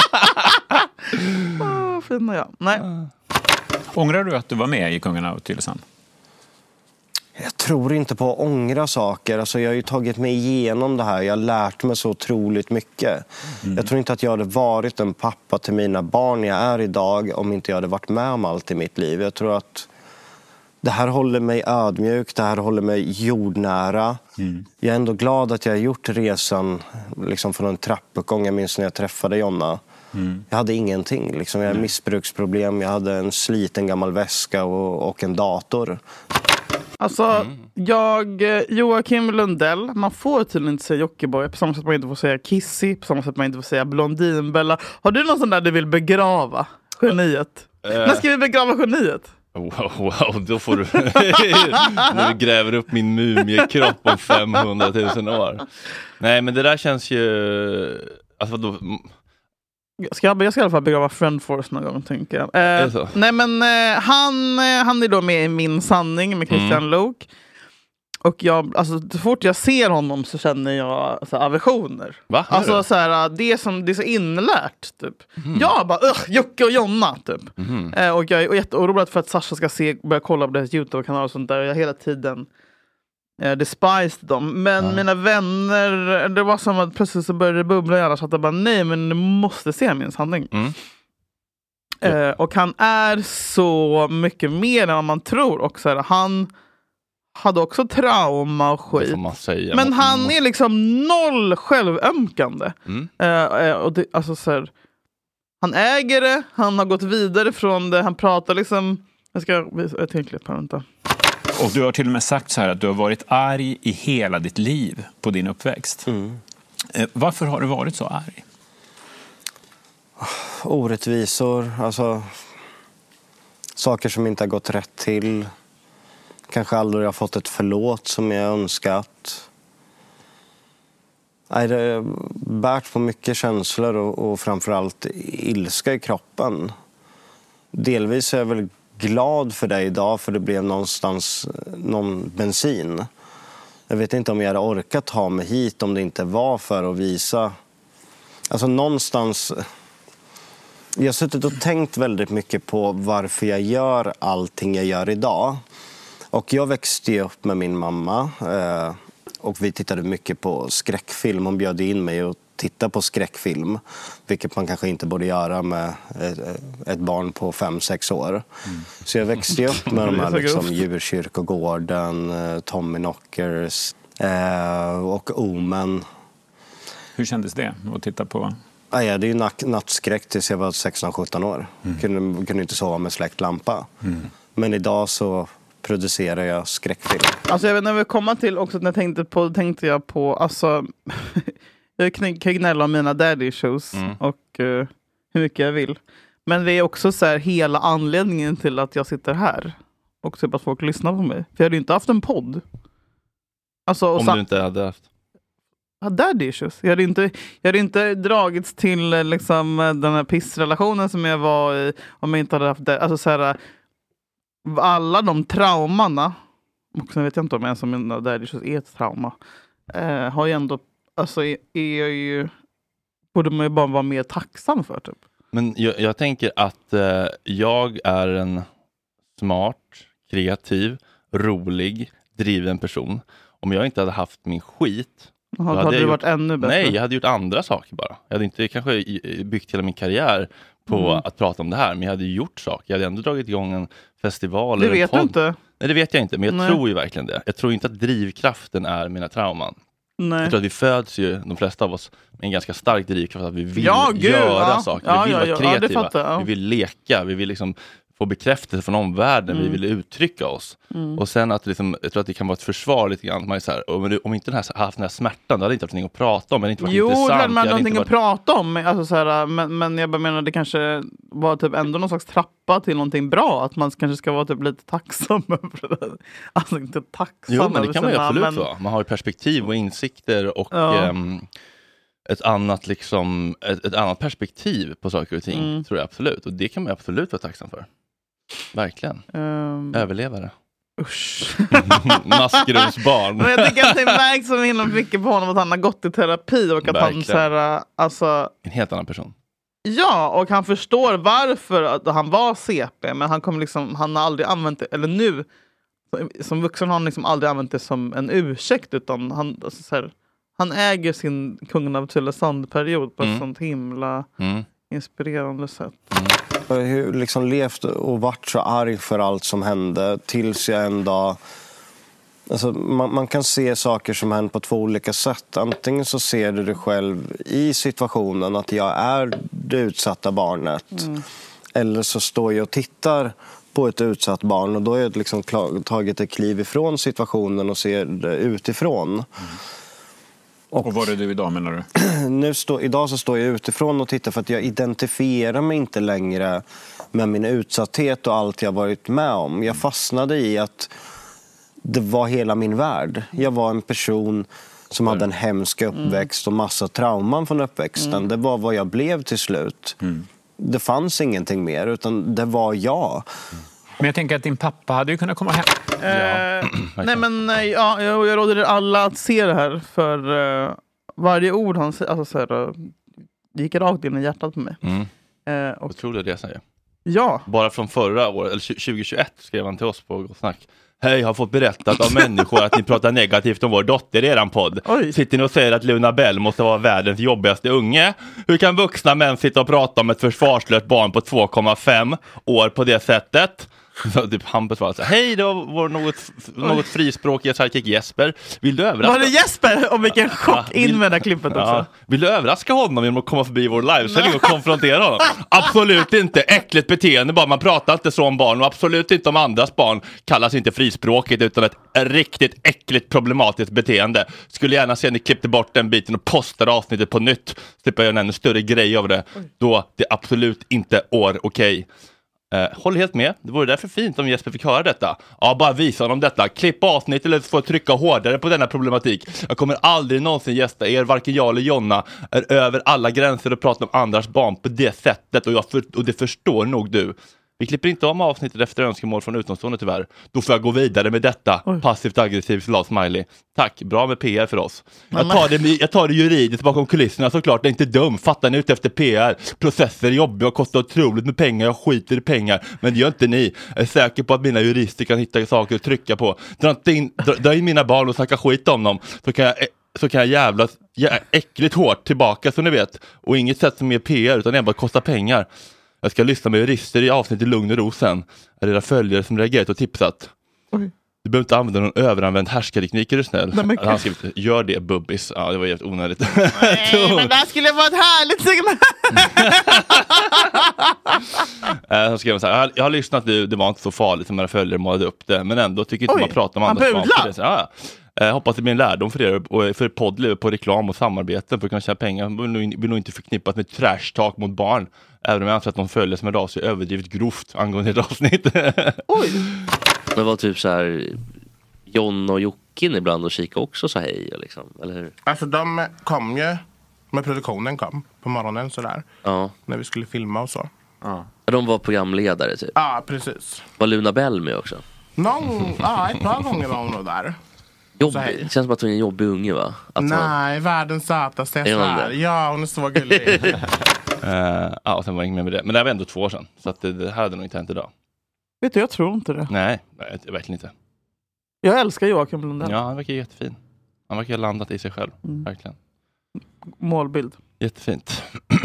Speaker 6: Åh, fina jag. Nej.
Speaker 16: Ångrar du att du var med i Kungarna av Tylösand?
Speaker 17: Jag tror inte på att ångra saker. Alltså jag har ju tagit mig igenom det här. Jag har lärt mig så otroligt mycket. Mm. Jag tror inte att jag hade varit en pappa till mina barn jag är idag om inte jag hade varit med om allt i mitt liv. Jag tror att det här håller mig ödmjuk. Det här håller mig jordnära. Mm. Jag är ändå glad att jag har gjort resan liksom från en trappuppgång. Jag minns när jag träffade Jonna. Mm. Jag hade ingenting. Liksom. Jag hade missbruksproblem. Jag hade en sliten gammal väska och, och en dator.
Speaker 6: Alltså, mm. jag, Joakim Lundell, man får tydligen inte säga Jockiboi på samma sätt man inte får säga Kissy, på samma sätt man inte får säga Blondinbella. Har du någon sån där du vill begrava geniet? Uh. När ska vi begrava geniet?
Speaker 7: Wow, wow, då får du när du gräver upp min mumiekropp om femhundratusen år. Nej, men det där känns ju alltså då
Speaker 6: Ska jag, jag ska i alla fall begrava Friend Force någon gång, tänker jag. Eh, nej, men eh, han, han är då med i Min sanning med Christian mm. Lok. Och jag, alltså, så fort jag ser honom så känner jag så här, aversioner.
Speaker 7: Va?
Speaker 6: Alltså så här, det är som det är så inlärt typ. Mm. Jag bara ugh, Jocke och Jonna typ. Mm. Eh, och jag är jätteorolig för att Sasha ska se börja kolla på deras YouTube-kanal och sånt där. Jag hela tiden eh, despised dem. Men ja. Mina vänner, det var som att plötsligt så började det bubbla i alla så att jag bara nej, men du måste se Min sanning. Mm. Eh, och han är så mycket mer än vad man tror också. Han hade också trauma och skit. Men han är liksom noll självömkande. Mm. Uh, och det, alltså så här, han äger det, han har gått vidare från det, han pratar liksom. Jag ska jag tänker på vänta.
Speaker 16: Och du har till och med sagt så här att du har varit arg i hela ditt liv på din uppväxt. Mm. Uh, varför har du varit så arg?
Speaker 17: Orättvisor, alltså saker som inte har gått rätt till. Kanske aldrig har fått ett förlåt som jag önskat. Nej, det är bärt på mycket känslor och, och framförallt ilska i kroppen. Delvis är jag väl glad för det idag för det blev någonstans någon bensin. Jag vet inte om jag hade orkat ha mig hit om det inte var för att visa. Alltså någonstans. Jag har suttit och tänkt väldigt mycket på varför jag gör allting jag gör idag. Och jag växte upp med min mamma. och vi tittade mycket på skräckfilm. Hon bjöd in mig och titta på skräckfilm, vilket man kanske inte borde göra med ett, ett barn på fem sex år. Mm. Så jag växte upp med de här liksom, Djurkyrkogården, Tommy Knockers eh, och Omen.
Speaker 16: Hur kändes det att titta på?
Speaker 17: Ah, ja, det är ju natt- nattskräck tills jag var sexton sjutton år. Mm. Kunde, kunde inte sova med släckt lampa. Mm. Men idag så producerar jag skräckfilm.
Speaker 6: Alltså jag vet när vi kommer till också, när jag tänkte på, tänkte jag på, alltså jag kan gnälla om mina daddy shows mm. och uh, hur mycket jag vill. Men det är också så här hela anledningen till att jag sitter här och typ att folk lyssnar på mig. För jag hade ju inte haft en podd. Alltså,
Speaker 7: om
Speaker 6: så,
Speaker 7: du inte hade haft.
Speaker 6: Ja, daddy issues. Jag hade inte, jag hade inte dragits till liksom den här pissrelationen som jag var i om jag inte hade haft det. Alltså så här, alla de traumorna, och sen vet jag inte om jag som mina daddy issues är ett trauma, eh, har ju ändå, alltså är, är jag ju, borde man ju bara vara mer tacksam för typ.
Speaker 7: Men jag, jag tänker att eh, jag är en smart, kreativ, rolig, driven person. Om jag inte hade haft min skit,
Speaker 6: Aha, hade, hade du gjort, varit ännu bättre?
Speaker 7: Nej, jag hade gjort andra saker bara. Jag hade inte kanske byggt hela min karriär på mm. att prata om det här, men jag hade gjort saker. Jag hade ändå dragit igång en festival.
Speaker 6: Det vet du inte.
Speaker 7: Nej, det vet jag inte, men jag Nej. tror ju verkligen det. Jag tror inte att drivkraften är mina trauman.
Speaker 6: Nej.
Speaker 7: Jag tror att vi föds ju, de flesta av oss, med en ganska stark drivkraft att vi vill
Speaker 6: ja, gud,
Speaker 7: göra
Speaker 6: ja.
Speaker 7: saker.
Speaker 6: Ja,
Speaker 7: vi vill
Speaker 6: ja,
Speaker 7: vara
Speaker 6: ja,
Speaker 7: kreativa,
Speaker 6: ja, fattar, ja.
Speaker 7: vi vill leka, vi vill liksom få bekräftelse från omvärlden, mm. vi vill uttrycka oss. Mm. Och sen att liksom, jag tror att det kan vara ett försvar lite grann. Man är så här, om, om inte den här haft den här smärtan, då hade inte haft någonting att prata om. Men inte varit
Speaker 6: jo,
Speaker 7: intressant.
Speaker 6: Jo, man hade någonting
Speaker 7: varit...
Speaker 6: att prata om. Alltså, så här, men, men jag bara menar, det kanske var typ ändå någon slags trappa till någonting bra. Att man kanske ska vara typ lite tacksam över det. Alltså inte tacksam.
Speaker 7: Jo, men det kan man ju absolut
Speaker 6: men...
Speaker 7: vara. Man har ju perspektiv och insikter och...
Speaker 6: Ja.
Speaker 7: Ehm, ett annat liksom ett, ett annat perspektiv på saker och ting, mm. tror jag absolut. Och det kan man absolut vara tacksam för. Verkligen. Um, Överlevare.
Speaker 6: Usch.
Speaker 7: Maskrosbarn.
Speaker 6: Men jag tycker att det märks så himla mycket på honom att han har gått i terapi och att Verkligen. han så här, alltså...
Speaker 7: En helt annan person.
Speaker 6: Ja, och han förstår varför att han var C P, men han kommer liksom, han har aldrig använt det, eller nu som vuxen har han liksom aldrig använt det som en ursäkt, utan han, alltså så här, han äger sin Kungen av Tylösand-period på mm. ett sånt himla mm. inspirerande sätt.
Speaker 17: Mm. Jag har liksom levt och varit så arg för allt som hände tills jag en dag... Alltså, man, man kan se saker som händer på två olika sätt. Antingen så ser du dig själv i situationen att jag är det utsatta barnet. Mm. Eller så står jag och tittar på ett utsatt barn och då har jag liksom tagit ett kliv ifrån situationen och ser det utifrån. Mm.
Speaker 16: Och, och vad är du idag, menar du?
Speaker 17: Nu stå, idag så står jag utifrån och tittar för att jag identifierar mig inte längre med min utsatthet och allt jag varit med om. Jag fastnade i att det var hela min värld. Jag var en person som hade en hemsk uppväxt och massa trauman från uppväxten. Mm. Det var vad jag blev till slut. Mm. Det fanns ingenting mer, utan det var jag.
Speaker 16: Mm. Men jag tänker att din pappa hade ju kunnat komma hem.
Speaker 6: Eh, nej men ja, jag, jag råder alla att se det här, för uh, varje ord han säger, alltså så här, uh, det gick rakt in i hjärtat på mig.
Speaker 7: Mm.
Speaker 6: Uh, och,
Speaker 7: jag tror det är det säger.
Speaker 6: Ja.
Speaker 7: Bara från förra året, eller tjugohundratjugoett skrev han till oss på Gott Snack. Hej, har fått berättat av människor att ni pratar negativt om vår dotter i eran podd. Oj. Sitter ni och säger att Luna Bell måste vara världens jobbigaste unge? Hur kan vuxna män sitta och prata om ett försvarslöst barn på två komma fem år på det sättet? Så typ Hampus var så här, hej, det var något, något frispråkiga sidekick Jesper. Vill du överraska?
Speaker 6: Var det Jesper? Och vilken chock ja, in med det här klippet också. Ja.
Speaker 7: Vill du överraska honom genom att komma förbi vår livesändning och konfrontera honom? Absolut inte. Äckligt beteende bara. Man pratar inte så om barn och absolut inte om andras barn. Kallas inte frispråkigt utan ett riktigt äckligt problematiskt beteende. Skulle gärna se att ni klippte bort den biten och postade avsnittet på nytt. Slipper göra en ännu större grej av det. Då det absolut inte är okej. Uh, håll helt med. Det vore därför fint om Jesper fick höra detta. Ja, bara visa honom detta. Klipp avsnitt eller få trycka hårdare på denna problematik. Jag kommer aldrig någonsin gästa er. Varken jag eller Jonna är över alla gränser och pratar om andras barn på det sättet. Och, jag för, och det förstår nog du. Vi klipper inte om avsnittet efter önskemål från utomstående tyvärr. Då får jag gå vidare med detta. Oj. Passivt aggressivt glad smiley. Tack, bra med P R för oss. Jag tar, det, jag tar det juridiskt bakom kulisserna såklart. Det är inte dum. Fattar ni ut efter P R? Processer är jobbiga och kostar otroligt med pengar. Jag skiter i pengar. Men det gör inte ni. Jag är säker på att mina jurister kan hitta saker att trycka på. Dra, inte in, dra, dra in mina barn och snacka skit om dem. Så kan jag, så kan jag jävlas jä, äckligt hårt tillbaka som ni vet. Och inget sätt som är P R utan enbart kostar pengar. Jag ska lyssna med jurister i avsnitt i lugn och ro sen. Är det era följare som reagerat och tipsat? Oj. Du behöver inte använda någon överanvänd härskarteknik, är du snäll? Nej, han skrev, gör det, bubbis. Ja, det var helt onödigt.
Speaker 6: Nej, men det här skulle vara ett härligt segment.
Speaker 7: Han skrev så här, jag har lyssnat, det var inte så farligt som era följare målade upp det. Men ändå tycker inte Oj, man pratar om andra svar. Ja, jag hoppas det blir en lärdom för er och för poddliv på reklam och samarbeten för att kunna tjäna pengar. Det blir nog inte förknippat med trash talk mot barn. Även om jag anser att de följer som är ras är överdrivet grovt angående ett avsnitt.
Speaker 18: Oj! Det var typ så här John och Jockin ibland och kika också så hej liksom, eller hur?
Speaker 19: Alltså de kom ju med produktionen kom på morgonen sådär. Ja. När vi skulle filma och så.
Speaker 18: Ja. De var programledare typ.
Speaker 19: Ja, precis.
Speaker 18: Var Luna Bell med också?
Speaker 19: Någon, ja, ett par gånger var hon nog där.
Speaker 18: Jobbig. Det känns som att hon är en jobbig unge, va? Att
Speaker 19: Nej,
Speaker 18: man...
Speaker 19: världens sötaste är Ja, hon är så gullig.
Speaker 7: uh, ja, och sen var jag inte med, med det. Men det var ändå två år sedan. Så att det, det här hade nog inte hänt idag.
Speaker 6: Vet du, jag tror inte det.
Speaker 7: Nej, nej verkligen inte.
Speaker 6: Jag älskar Joakim Lundell.
Speaker 7: Ja, han verkar jättefin. Han verkar ha landat i sig själv, mm. verkligen.
Speaker 6: Målbild.
Speaker 7: Jättefint.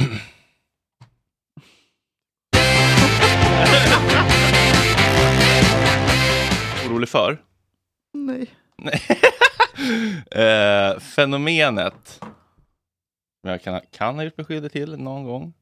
Speaker 7: Orolig för?
Speaker 6: Nej.
Speaker 7: Nej. uh, fenomenet jag kan, kan ha gjort mig skyldig till någon gång.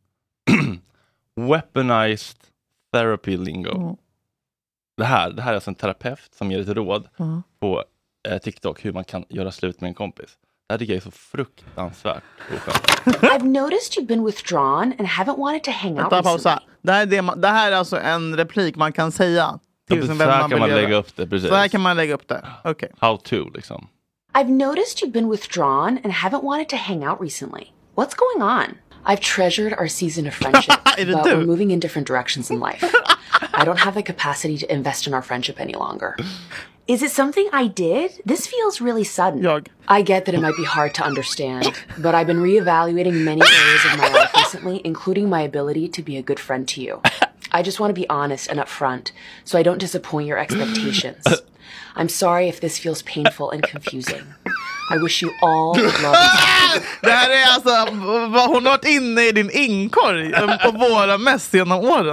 Speaker 7: Weaponized therapy lingo. Mm. Det här, det här är alltså en terapeut som ger ett råd mm. på eh, TikTok hur man kan göra slut med en kompis. Det här tycker jag är så fruktansvärt oskönt.
Speaker 20: I've noticed you've been withdrawn and haven't wanted to hang out recently.
Speaker 6: Det här, är det, man, det här är alltså en replik man kan säga. Till
Speaker 7: så här kan man lägga upp det, precis.
Speaker 6: Så här kan man lägga upp det. Okay.
Speaker 7: How to, liksom.
Speaker 20: I've noticed you've been withdrawn and haven't wanted to hang out recently. What's going on? I've treasured our season of friendship, but we're moving in different directions in life. I don't have the capacity to invest in our friendship any longer. Is it something I did? This feels really sudden.
Speaker 6: Jag.
Speaker 20: I get that it might be hard to understand, but I've been reevaluating many areas of my life recently, including my ability to be a good friend to you. I just want to be honest and upfront, so I don't disappoint your expectations. I'm sorry if this feels painful and confusing. I wish you all good luck.
Speaker 6: Det här är alltså vad hon har varit inne i din inkorg på våra mest genom åren.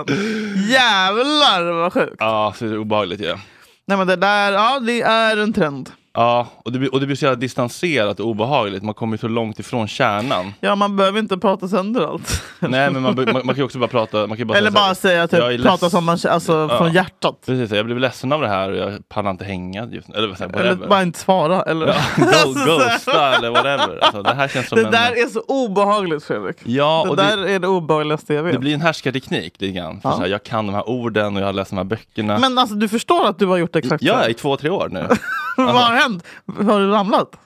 Speaker 6: Jävlar vad sjukt.
Speaker 7: Ja, så är det obehagligt, ja.
Speaker 6: Nej men det där, ja det är en trend.
Speaker 7: Ja, och det, och det blir så jävla distanserat och obehagligt. Man kommer ju så långt ifrån kärnan.
Speaker 6: Ja, man behöver inte prata sönder allt.
Speaker 7: Nej, men man, man, man kan ju också bara prata... Man kan bara
Speaker 6: Eller
Speaker 7: säga,
Speaker 6: bara säga typ, prata som man, alltså, ja, från hjärtat.
Speaker 7: Precis, jag blev ledsen av det här och jag pallar inte hänga just, eller, så här,
Speaker 6: eller bara inte svara. Eller,
Speaker 7: ja, go, ghosta eller whatever. Alltså, det här känns som
Speaker 6: det
Speaker 7: en...
Speaker 6: där är så obehagligt, Fredrik.
Speaker 7: Ja,
Speaker 6: det
Speaker 7: och
Speaker 6: där
Speaker 7: det,
Speaker 6: är det obehagligaste jag vet.
Speaker 7: Det blir en härskarteknik lite grann. För ja. så här, jag kan de här orden och jag har läst de här böckerna.
Speaker 6: Men alltså, du förstår att du har gjort exakt så?
Speaker 7: Ja, i två, tre år nu.
Speaker 6: Vad har hänt? Har du ramlat?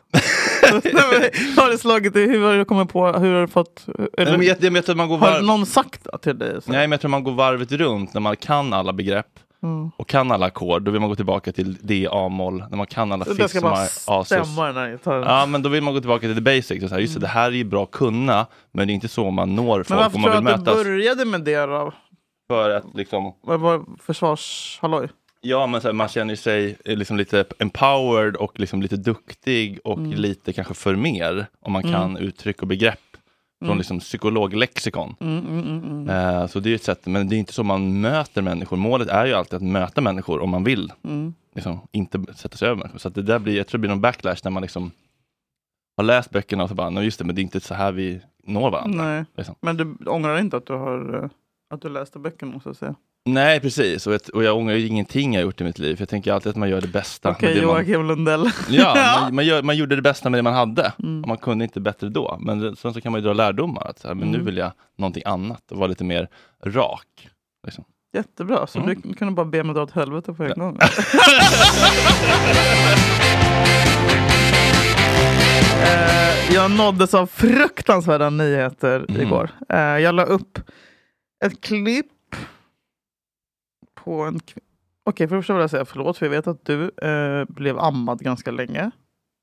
Speaker 6: Har du slagit i hur har du kommit på, hur har du fått...
Speaker 7: Eller, men jag, jag, jag, man går var...
Speaker 6: Har någon sagt till dig? Så?
Speaker 7: Nej, men jag tror man går varvet runt när man kan alla begrepp mm. och kan alla ackord. Då vill man gå tillbaka till D, A-moll. När man kan alla fisk som är asus. Ja, men då vill man gå tillbaka till the basics. Och så här, just det, det här är ju bra att kunna, men det är inte så man når folk om man vill mötas. Men varför tror du att du
Speaker 6: började med det då?
Speaker 7: För att liksom...
Speaker 6: Vad var försvarshalloj?
Speaker 7: Ja, men så här, man känner sig liksom lite empowered och liksom lite duktig och mm. lite kanske för mer om man kan mm. uttryck och begrepp från mm. liksom psykologlexikon. Mm, mm, mm, mm. Uh, så det är ett sätt, men det är inte så man möter människor. Målet är ju alltid att möta människor om man vill. Mm. Liksom, inte sätta sig över människor. Så att det där blir, jag tror det blir någon backlash när man liksom har läst böckerna och så bara, nej just det, men det är inte så här vi når varandra.
Speaker 6: Nej.
Speaker 7: Liksom.
Speaker 6: Men du ångrar inte att du har att du läste böckerna, så att säga?
Speaker 7: Nej, precis. Och jag, och jag ångrar ju ingenting jag gjort i mitt liv. För jag tänker alltid att man gör det bästa.
Speaker 6: Okej, okay, Joakim Lundell.
Speaker 7: Ja, man, man, gör, man gjorde det bästa med det man hade. Mm. Och man kunde inte bättre då. Men sen så kan man ju dra lärdomar. Att så här, men mm. nu vill jag någonting annat. Och vara lite mer rak. Liksom.
Speaker 6: Jättebra. Så mm. du kunde bara be mig dra åt helvete på en gång. uh, jag nåddes av fruktansvärda nyheter mm. igår. Uh, jag la upp ett klipp på en... Okej, okay, för det första vill jag säga förlåt, för jag vet att du eh, blev ammad ganska länge.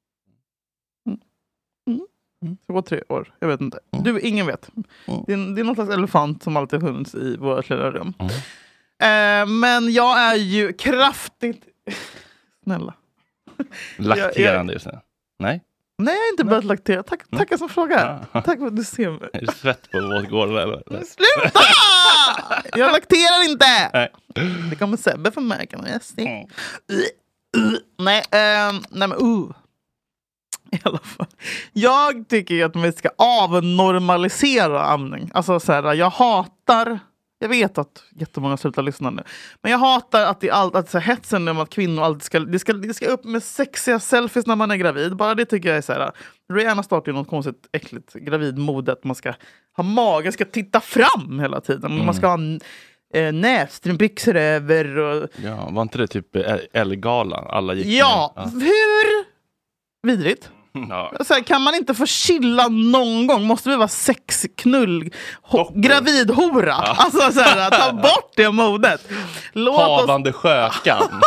Speaker 6: Mm. Mm. Det var tre år, jag vet inte. Du, ingen vet. Mm. Det, är, det är någon slags elefant som alltid funnits i vårt lilla rum. Mm. Eh, men jag är ju kraftigt... Snälla.
Speaker 7: Lakterande just nu. Nej?
Speaker 6: Nej, jag har inte börjat laktera. Tack, tackar som frågar. Ja. Tack för att du ser mig.
Speaker 7: Är det svett på våtgården eller?
Speaker 6: Sluta! Jag lakterar inte! Nej. Det kommer Sebbe för mig, kan jag se. Mm. Uh, uh. Nej, uh, nej men uh. I alla fall. Jag tycker ju att vi ska avnormalisera amning. Alltså så här, jag hatar... Jag vet att jättemånga slutar lyssna nu. Men jag hatar att det är allt, att så här, hetsen om att kvinnor alltid ska, det ska, det ska upp med sexiga selfies när man är gravid. Bara det tycker jag är så här. Rihanna startar ju något konstigt äckligt gravidmode att man ska ha mage, ska titta fram hela tiden. Mm. Man ska ha eh, nätstrumpbyxor över. Och...
Speaker 7: Ja, var inte det typ L-galan? Alla gick
Speaker 6: ja, ja, hur vidrigt. Ja. Så här, kan man inte få chilla någon gång? Måste vi vara sexknull ho- gravidhora? Ja. Alltså så här, ta bort det modet.
Speaker 7: Låt Havande oss... sjökan.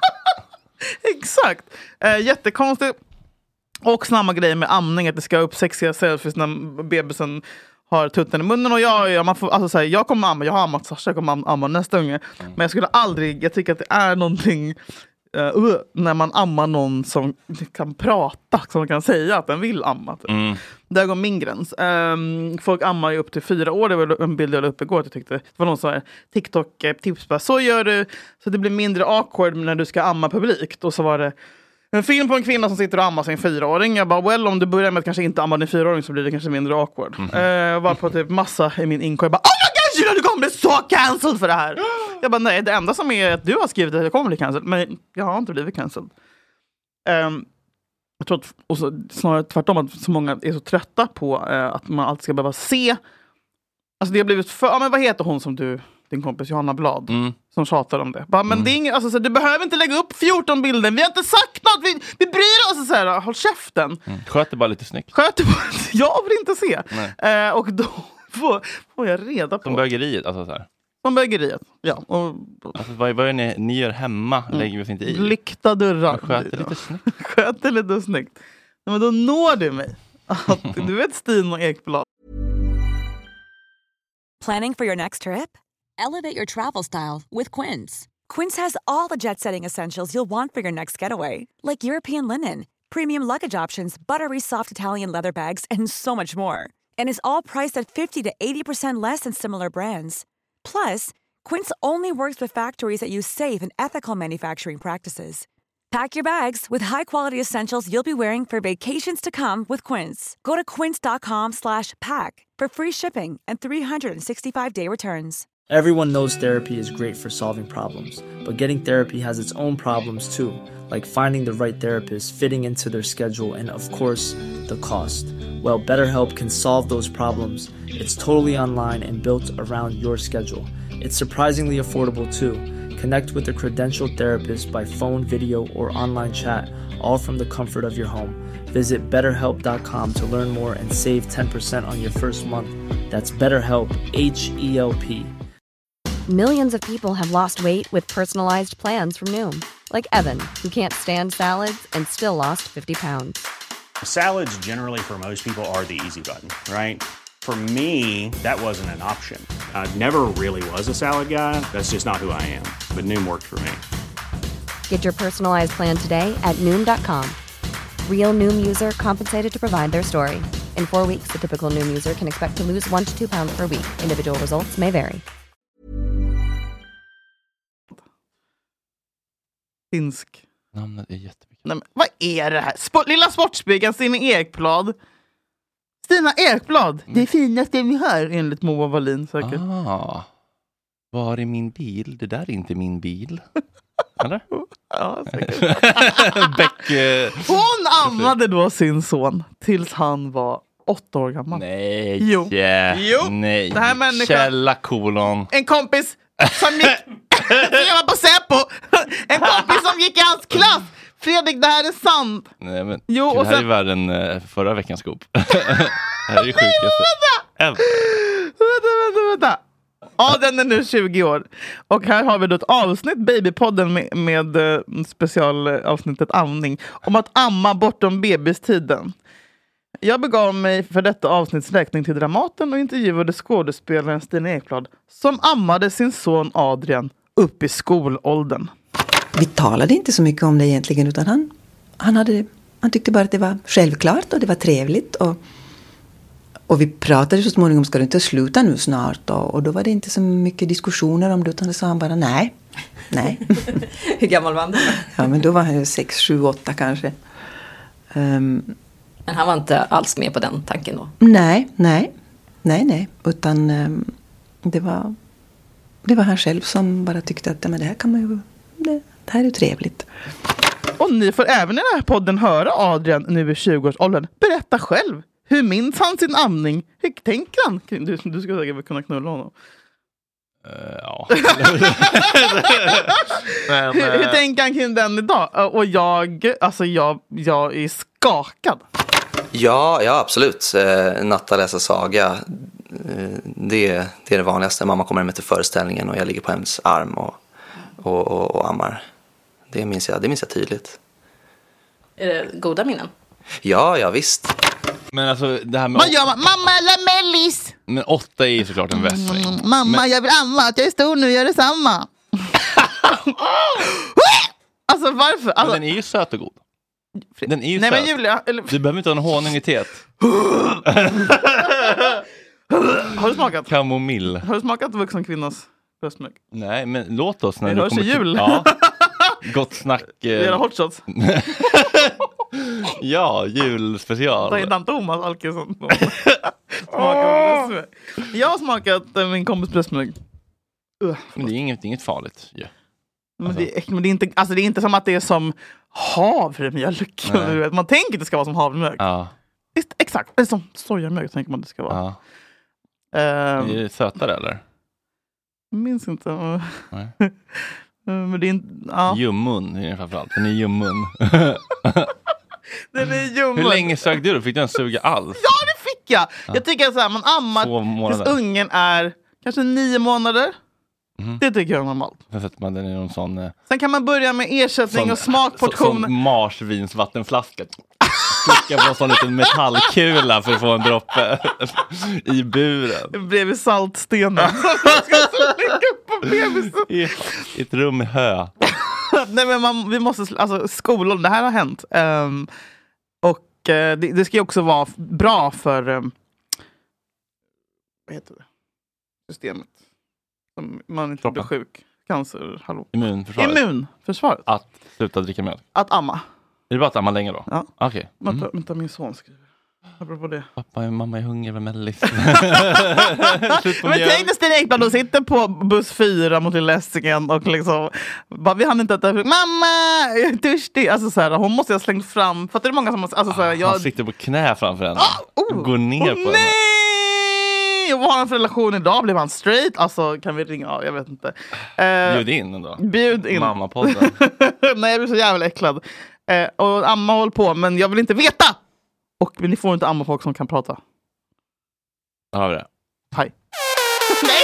Speaker 6: Exakt. Eh, jättekonstigt. Och samma grej med amning, att det ska upp sexiga selfies när bebisen har tutten i munnen. Och jag, jag, man får, alltså, så här, jag kommer amma, jag har ammat Sasha, jag kommer amma nästa unge. Mm. Men jag skulle aldrig, jag tycker att det är någonting... Uh, när man ammar någon som kan prata, som kan säga att den vill amma. Typ. Mm. Där går min gräns. Um, folk ammar ju upp till fyra år. Det var en bild jag la upp igår. Jag tyckte. Det var någon som TikTok-tips. Bara, så gör du så det blir mindre awkward när du ska amma publikt. Och så var det en film på en kvinna som sitter och ammar sin fyraåring. Jag bara, well, om du börjar med att kanske inte amma din fyraåring så blir det kanske mindre awkward. Mm. Uh, var på typ massa i min inkorg. Jag bara, oh my god, du kommer bli så cancelled för det här. Jag bara, nej, det enda som är att du har skrivit att jag kommer bli cancelled. Men jag har inte blivit cancelled. Um, jag tror att, och så, snarare tvärtom, att så många är så trötta på uh, att man alltid ska behöva se. Alltså det har blivit för, ja men vad heter hon som du, din kompis Johanna Blad, mm. som tjatar om det. Bara, men mm. det är inget, alltså, så, du behöver inte lägga upp fjorton bilder. Vi har inte sagt något, vi, vi bryr oss. Så här, håll käften.
Speaker 7: Mm. Sköt det bara lite snyggt.
Speaker 6: Sköt det bara, jag vill inte se. Uh, och då får, får jag reda på.
Speaker 7: Som bögeriet, alltså så här.
Speaker 6: Som bögeriet, ja. Och,
Speaker 7: alltså, vad, vad är ni, ni gör hemma, mm. lägger vi oss inte i.
Speaker 6: Lyckta dörrar.
Speaker 7: Sköt det lite snyggt.
Speaker 6: Sköt det lite snyggt. Men då når du mig. Du vet Stina Ekblad.
Speaker 21: Planning for your next trip? Elevate your travel style with Quince. Quince has all the jet-setting essentials you'll want for your next getaway. Like European linen, premium luggage options, buttery soft Italian leather bags, and so much more. And is all priced at fifty to eighty percent less than similar brands. Plus, Quince only works with factories that use safe and ethical manufacturing practices. Pack your bags with high-quality essentials you'll be wearing for vacations to come with Quince. Go to quince.com slash pack for free shipping and three sixty-five day returns.
Speaker 22: Everyone knows therapy is great for solving problems, but getting therapy has its own problems too, like finding the right therapist, fitting into their schedule, and of course, the cost. Well, BetterHelp can solve those problems. It's totally online and built around your schedule. It's surprisingly affordable too. Connect with a credentialed therapist by phone, video, or online chat, all from the comfort of your home. Visit better help dot com to learn more and save ten percent on your first month. That's BetterHelp, H E L P.
Speaker 3: Millions of people have lost weight with personalized plans from Noom. Like Evan, who can't stand salads and still lost fifty pounds.
Speaker 23: Salads generally for most people are the easy button, right? For me, that wasn't an option. I never really was a salad guy. That's just not who I am. But Noom worked for me.
Speaker 3: Get your personalized plan today at Noom dot com. Real Noom user compensated to provide their story. In four weeks, the typical Noom user can expect to lose one to two pounds per week. Individual results may vary.
Speaker 6: Finsk.
Speaker 7: Namnet är jättemycket.
Speaker 6: Nej, men vad är det här? Sport, lilla sportsbyggen, Stina Ekblad. Stina Ekblad, mm. det är finaste vi hör enligt Moa Wallin säkert.
Speaker 7: Ah, var är min bil? Det där är inte min bil. Eller?
Speaker 6: Ja, säkert.
Speaker 7: Beck, eh...
Speaker 6: Hon ammade då sin son tills han var åtta år gammal.
Speaker 7: Nej,
Speaker 6: jo.
Speaker 7: Yeah.
Speaker 6: jo.
Speaker 7: Nej.
Speaker 6: Det här människan,
Speaker 7: Källa kolon.
Speaker 6: En kompis som gick jag var på Säpo. En kompis som gick i hans klass. Fredrik, det här är sant.
Speaker 7: Nej, men
Speaker 6: jo,
Speaker 7: det
Speaker 6: och
Speaker 7: här
Speaker 6: sen...
Speaker 7: är världen uh, förra veckans skop. Det här är det sjukaste.
Speaker 6: Vänta! Vänta, vänta, vänta. Adrian är nu tjugo år. Och här har vi då ett avsnitt, Babypodden, med, med uh, specialavsnittet amning. Om att amma bortom bebistiden. Jag begav mig för detta avsnitts räkning till Dramaten och intervjuade skådespelaren Stina Ekblad som ammade sin son Adrian upp i skolåldern.
Speaker 1: Vi talade inte så mycket om det egentligen, utan han, han, hade, han tyckte bara att det var självklart och det var trevligt. Och, och vi pratade så småningom, ska du inte sluta nu snart? Och, och då var det inte så mycket diskussioner om det, utan det sa han bara nej. nej.
Speaker 2: Hur gammal var han då?
Speaker 1: Ja, men då var han ju sex, sju, åtta kanske. Um,
Speaker 2: Men han var inte alls med på den tanken då?
Speaker 1: Nej, nej, nej, nej. Utan um, det, var, det var han själv som bara tyckte att men det här kan man ju, det, det här är ju trevligt.
Speaker 6: Och ni får även i den här podden höra Adrian nu i tjugo-årsåldern berätta själv. Hur minns han sin amning? Hur tänker han? Du, du skulle säkert kunna knulla honom.
Speaker 7: Uh, ja.
Speaker 6: Men, hur, hur tänker han kring den idag? Och jag, alltså jag, jag är skakad.
Speaker 4: Ja, ja absolut. Eh, natta, läsa saga. Eh, det, det är det vanligaste. Mamma kommer med till föreställningen och jag ligger på hennes arm och, och, och, och ammar. Det minns jag, det minns jag tydligt.
Speaker 2: Är det goda minnen?
Speaker 4: Ja, ja visst.
Speaker 7: Men alltså det här med...
Speaker 6: Vad gör man? Mamma eller mellis?
Speaker 7: Men åtta är ju såklart en vässning.
Speaker 6: Mm, mamma, men... jag vill amma. Att jag är stor nu, gör det samma. Alltså varför? Alltså...
Speaker 7: Men den är ju söt och god. Den är ju
Speaker 6: Nej,
Speaker 7: söt.
Speaker 6: Men Julia, eller...
Speaker 7: Du behöver inte ha en honungitet.
Speaker 6: Har du smakat?
Speaker 7: Kamomill.
Speaker 6: Har du smakat vuxen kvinnas bröstmjölk?
Speaker 7: Nej, men låt oss när
Speaker 6: det
Speaker 7: du
Speaker 6: hörs
Speaker 7: kommer
Speaker 6: i jul.
Speaker 7: Till... Ja. Gott snack. Eh...
Speaker 6: Göra hot shots.
Speaker 7: Ja, julspecial.
Speaker 6: Det är inte Thomas Alkesson. Jag har smakat äh, min kompis bröstmjölk. Uh,
Speaker 7: men det är inget, inget farligt. Yeah.
Speaker 6: Men, alltså. det, men det, är inte, alltså det är inte som att det är som havremjölk. Man tänker att det ska vara som havremjölk.
Speaker 7: Ja.
Speaker 6: Exakt, eller som sojamjölk tänker man att det ska vara.
Speaker 7: Ja.
Speaker 6: Um,
Speaker 7: är det sötare eller?
Speaker 6: Minns inte.
Speaker 7: Nej.
Speaker 6: Men det är inte, ja.
Speaker 7: Ljummun är det framförallt. Den är ljummun.
Speaker 6: Den är ljummun.
Speaker 7: Hur länge sög du då? Fick du en suga alls?
Speaker 6: Ja, det fick jag. Ja. Jag tycker att så här, man ammar tills ungen är kanske nio månader. Mm. Det tycker jag är normalt.
Speaker 7: Sen sätter man den i någon sån... Eh,
Speaker 6: Sen kan man börja med ersättning
Speaker 7: sån,
Speaker 6: och smakportion.
Speaker 7: Som marsvinsvattenflaska. Klicka på en sån liten metallkula för att få en droppe i buren.
Speaker 6: Bredvid saltstenen.
Speaker 7: I, I ett rum med hö.
Speaker 6: Nej, men man, vi måste, alltså skolor, det här har hänt. Um, och uh, det, det ska ju också vara bra för um, vad heter det? Systemet. Som man inte blir sjuk. Cancer, hallå.
Speaker 7: Immunförsvaret.
Speaker 6: Immunförsvaret.
Speaker 7: Att sluta dricka mjölk.
Speaker 6: Att amma.
Speaker 7: Är det bara att amma länge då?
Speaker 6: Ja.
Speaker 7: Okej. Okay.
Speaker 6: Vänta, mm. vänta, min son skriver. Apropå det.
Speaker 7: Pappa och mamma är hungriga med mellis.
Speaker 6: Men tänk dig Stina Ekblad, de sitter på buss fyra mot Lilla Essingen och liksom bara, vi hann inte äta. Mamma, jag är törstig. Alltså så här, hon måste ha slängt fram. För att det är många som måste, alltså så här, jag...
Speaker 7: Han sitter på knä framför henne.
Speaker 6: Ah, oh,
Speaker 7: går ner
Speaker 6: oh,
Speaker 7: på
Speaker 6: nej! Och vad har han för relation idag? Blev han straight? Alltså kan vi ringa? Ja, jag vet inte. Uh,
Speaker 7: bjud in ändå.
Speaker 6: Bjud in.
Speaker 7: Mammapodden.
Speaker 6: Nej, jag blir så jävla äcklad. Uh, och amma håller på, men jag vill inte veta! Och ni får inte amma folk som kan prata.
Speaker 7: Då har vi det.
Speaker 6: Hej. Nej!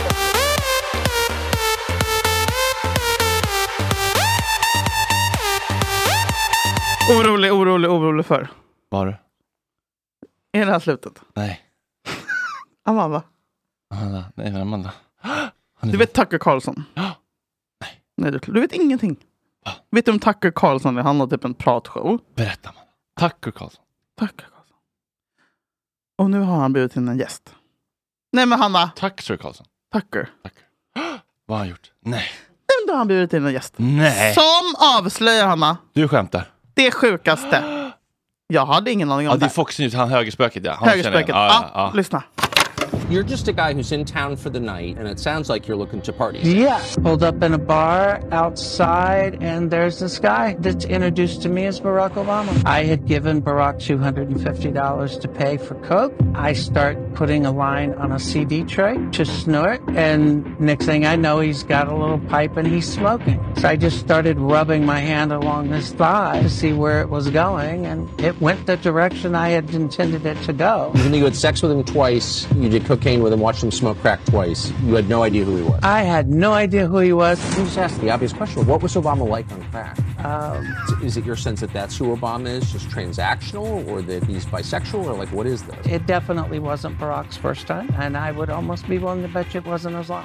Speaker 6: Orolig, orolig, orolig för.
Speaker 7: Var du?
Speaker 6: Är det här slutet?
Speaker 7: Nej.
Speaker 6: Amanda.
Speaker 7: Amanda. Nej, Amanda.
Speaker 6: Du vet Tucker Carlson?
Speaker 7: Nej.
Speaker 6: Nej, du, du vet ingenting. Va? Vet du om Tucker Carlson? Det handlar typ en pratshow.
Speaker 7: Berätta, Amanda. Tucker Carlson.
Speaker 6: Tucker Carlson. Och nu har han bjudit in en gäst. Nej, men Hanna.
Speaker 7: Tucker Carlson.
Speaker 6: Tucker.
Speaker 7: Tucker. Vad har han gjort? Nej.
Speaker 6: Nu har han bjudit in en gäst.
Speaker 7: Nej.
Speaker 6: Som avslöjar, Hanna.
Speaker 7: Du skämtar.
Speaker 6: Det sjukaste. Jag hade ingen aning om
Speaker 7: ja,
Speaker 6: det.
Speaker 7: Det är Fox News, han högerspöket, ja. Han
Speaker 6: högerspöket, ja, ja, ja. Lyssna.
Speaker 24: You're just a guy who's in town for the night, and it sounds like you're looking to party.
Speaker 25: Yeah, pulled up in a bar outside, and there's this guy that's introduced to me as Barack Obama. I had given Barack two hundred fifty dollars to pay for coke. I start putting a line on a C D tray to snort, and next thing I know, he's got a little pipe and he's smoking. So I just started rubbing my hand along his thigh to see where it was going, and it went the direction I had intended it to go.
Speaker 24: Even though you had sex with him twice, you did coke cocaine with him, watched him smoke crack twice. You had no idea who he was.
Speaker 25: I had no idea who he was.
Speaker 24: Let me just ask the obvious question. What was Obama like on crack?
Speaker 25: Um,
Speaker 24: Is it your sense that that's who Obama is, just transactional, or that he's bisexual, or like what is this?
Speaker 25: it definitely wasn't Barack's first time, and I would almost be willing to bet you it wasn't Islam.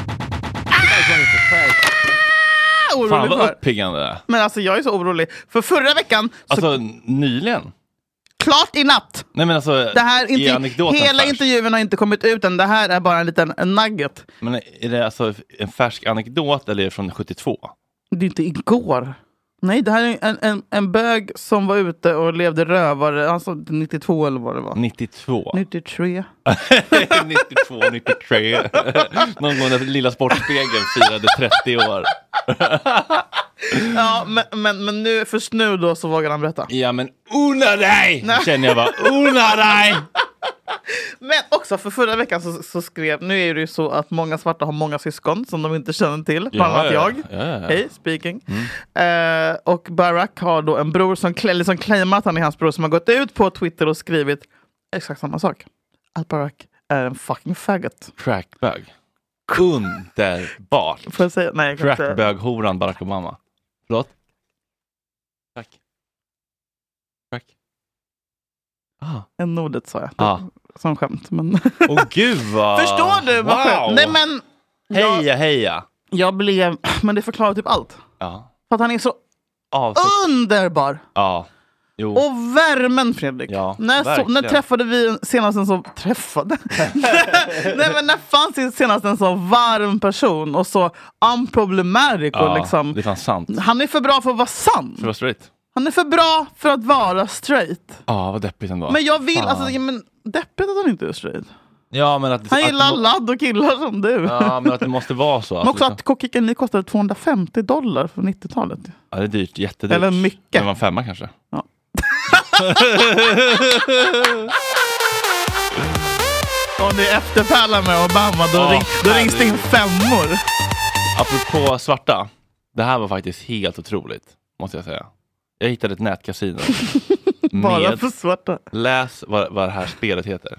Speaker 7: Fan vad uppiggande.
Speaker 6: Men alltså jag är så orolig. För förra veckan... Så...
Speaker 7: Alltså nyligen?
Speaker 6: Klart i natt!
Speaker 7: Nej men alltså,
Speaker 6: det här inte, hela
Speaker 7: färsk.
Speaker 6: intervjun har inte kommit ut än. Det här är bara en liten en nugget.
Speaker 7: Men är det alltså en färsk anekdot eller är det från sjuttiotvå?
Speaker 6: Det är inte igår. Nej, det här är en, en, en bög som var ute och levde rövare. Alltså nittiotvå eller vad det var.
Speaker 7: nittiotvå?
Speaker 6: nittiotre.
Speaker 7: nittiotvå, nittiotre. Någon gång när Lilla Sportspegeln firade trettio år.
Speaker 6: Ja, men, men, men nu, först nu då så vågar han berätta.
Speaker 7: Ja, men unna dig! Nej. Känner jag bara, unna dig!
Speaker 6: Men också för förra veckan så, så skrev, nu är det ju så att många svarta har många syskon som de inte känner till. Bland annat jag.
Speaker 7: Ja, ja, ja.
Speaker 6: Hej, speaking. Mm. Eh, och Barack har då en bror som, som claimar att han är hans bror, som har gått ut på Twitter och skrivit exakt samma sak. Att Barack är en fucking faggot.
Speaker 7: Crackbög. Underbart.
Speaker 6: Får jag säga? Nej, jag kan inte.
Speaker 7: Crackbög-horan Barack Obama. Förlåt? Crack. Crack. Ah.
Speaker 6: En ordet sa jag.
Speaker 7: Ah.
Speaker 6: Som skämt. Men...
Speaker 7: Åh gud vad...
Speaker 6: Förstår du? Vad
Speaker 7: wow.
Speaker 6: Nej men...
Speaker 7: Heja,
Speaker 6: jag,
Speaker 7: heja.
Speaker 6: Jag blev... Men det förklarar typ allt.
Speaker 7: Ja.
Speaker 6: För att han är så
Speaker 7: Avsikt.
Speaker 6: underbar.
Speaker 7: Ja. Jo.
Speaker 6: Och värmen, Fredrik.
Speaker 7: Ja,
Speaker 6: när, så, när träffade vi senast en så träffade? Nej, men när fanns det senast en så varm person och så unproblematic?
Speaker 7: Ja,
Speaker 6: och liksom,
Speaker 7: det är fan sant.
Speaker 6: Han är för bra för att vara sann.
Speaker 7: För att vara straight.
Speaker 6: Han är för bra för att vara straight.
Speaker 7: Ja, vad deppigt ändå.
Speaker 6: Men jag vill,
Speaker 7: fan.
Speaker 6: alltså, ja, men deppigt att han inte är straight.
Speaker 7: Ja, men att,
Speaker 6: han
Speaker 7: att,
Speaker 6: gillar
Speaker 7: att,
Speaker 6: ladd och killar som du.
Speaker 7: Ja, men att det måste vara så.
Speaker 6: Men också att kokain kostade tvåhundrafemtio dollar för nittiotalet.
Speaker 7: Ja, det är dyrt, jättedyrt.
Speaker 6: Eller mycket.
Speaker 7: Det var en femma kanske.
Speaker 6: Ja. Om det är efterpärlar med Obama, då, oh, ring, då rings det in femmor.
Speaker 7: Apropå svarta, det här var faktiskt helt otroligt, måste jag säga. Jag hittade ett nätkasino.
Speaker 6: Bara med, för svarta.
Speaker 7: Läs vad, vad det här spelet heter.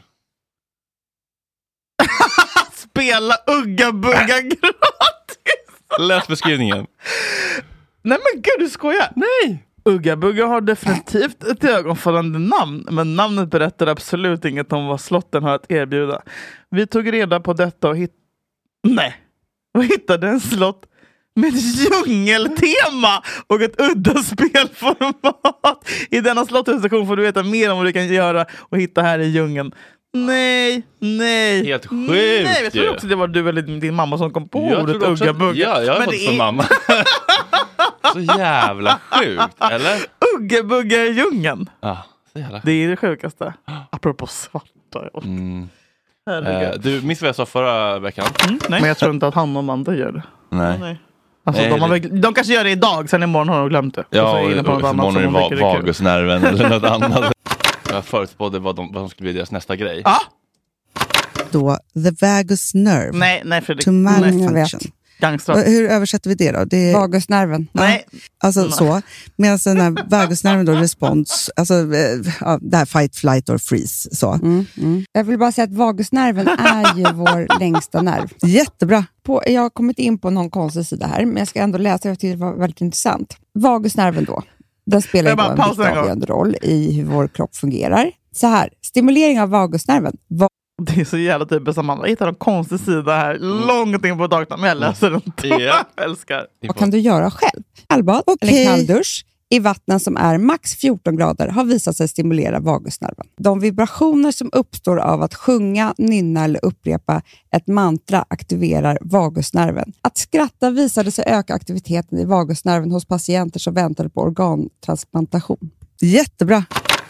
Speaker 6: Spela Ugga Bugga gratis.
Speaker 7: Läs beskrivningen.
Speaker 6: Nej men gud, du skojar.
Speaker 7: Nej.
Speaker 6: Ugga Bugga har definitivt ett ögonfallande namn, men namnet berättar absolut inget om vad slotten har att erbjuda. Vi tog reda på detta och hitt... Nej. Och hittade en slott med djungeltema och ett udda spelformat. I denna slottstation får du veta mer om vad du kan göra och hitta här i djungeln. Nej, nej.
Speaker 7: Helt sjukt.
Speaker 6: Nej, jag tror också det var du eller din mamma som kom på
Speaker 7: jag
Speaker 6: ordet Ugga Bugga.
Speaker 7: Ja, jag har fått från är... mamma. Så jävla sjukt, eller?
Speaker 6: Ugga Bugga i djungeln.
Speaker 7: Ja, så jävla sjukt.
Speaker 6: Det är det sjukaste. Apropå svarta.
Speaker 7: Mm. Eh, du minns vad jag sa förra veckan?
Speaker 6: Mm, nej. Men jag tror inte att han och Amanda gör det.
Speaker 7: Nej.
Speaker 6: Ja, nej. Alltså,
Speaker 7: nej,
Speaker 6: de, har väl, de kanske gör det idag, sen imorgon har de glömt det.
Speaker 7: Ja,
Speaker 6: och så
Speaker 7: och, och imorgon är det va- vagusnerven eller något annat. Jag förutspådde vad, de, vad som skulle bli deras nästa grej.
Speaker 6: Ja.
Speaker 5: Då, the vagus nerve.
Speaker 6: Nej, nej Fredrik.
Speaker 5: To malfunction.
Speaker 6: Gangstrat.
Speaker 5: Hur översätter vi det då? Det är,
Speaker 8: vagusnerven.
Speaker 5: Nej. Alltså no. så. Medan den här vagusnerven då respons, alltså ja, det här fight, flight or freeze. Så.
Speaker 8: Mm, mm. Jag vill bara säga att vagusnerven är ju vår längsta nerv.
Speaker 5: Jättebra.
Speaker 8: På, jag har kommit in på någon konstig sida här, men jag ska ändå läsa, jag tycker det var väldigt intressant. Vagusnerven då, den spelar ju då en viktig avgörande roll i hur vår kropp fungerar. Så här, stimulering av vagusnerven. Va-
Speaker 6: Det är så jävla typiskt som man hittar en konstig sida här mm. långt in på datorn, men jag läser den inte.
Speaker 7: Yeah.
Speaker 6: Jag älskar.
Speaker 8: Vad kan du göra själv? Kallbad
Speaker 5: okay.
Speaker 8: eller kalldusch i vatten som är max fjorton grader har visat sig stimulera vagusnerven. De vibrationer som uppstår av att sjunga, nynna eller upprepa ett mantra aktiverar vagusnerven. Att skratta visade sig öka aktiviteten i vagusnerven hos patienter som väntade på organtransplantation.
Speaker 5: Jättebra!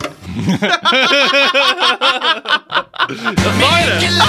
Speaker 7: Jag sa ju det!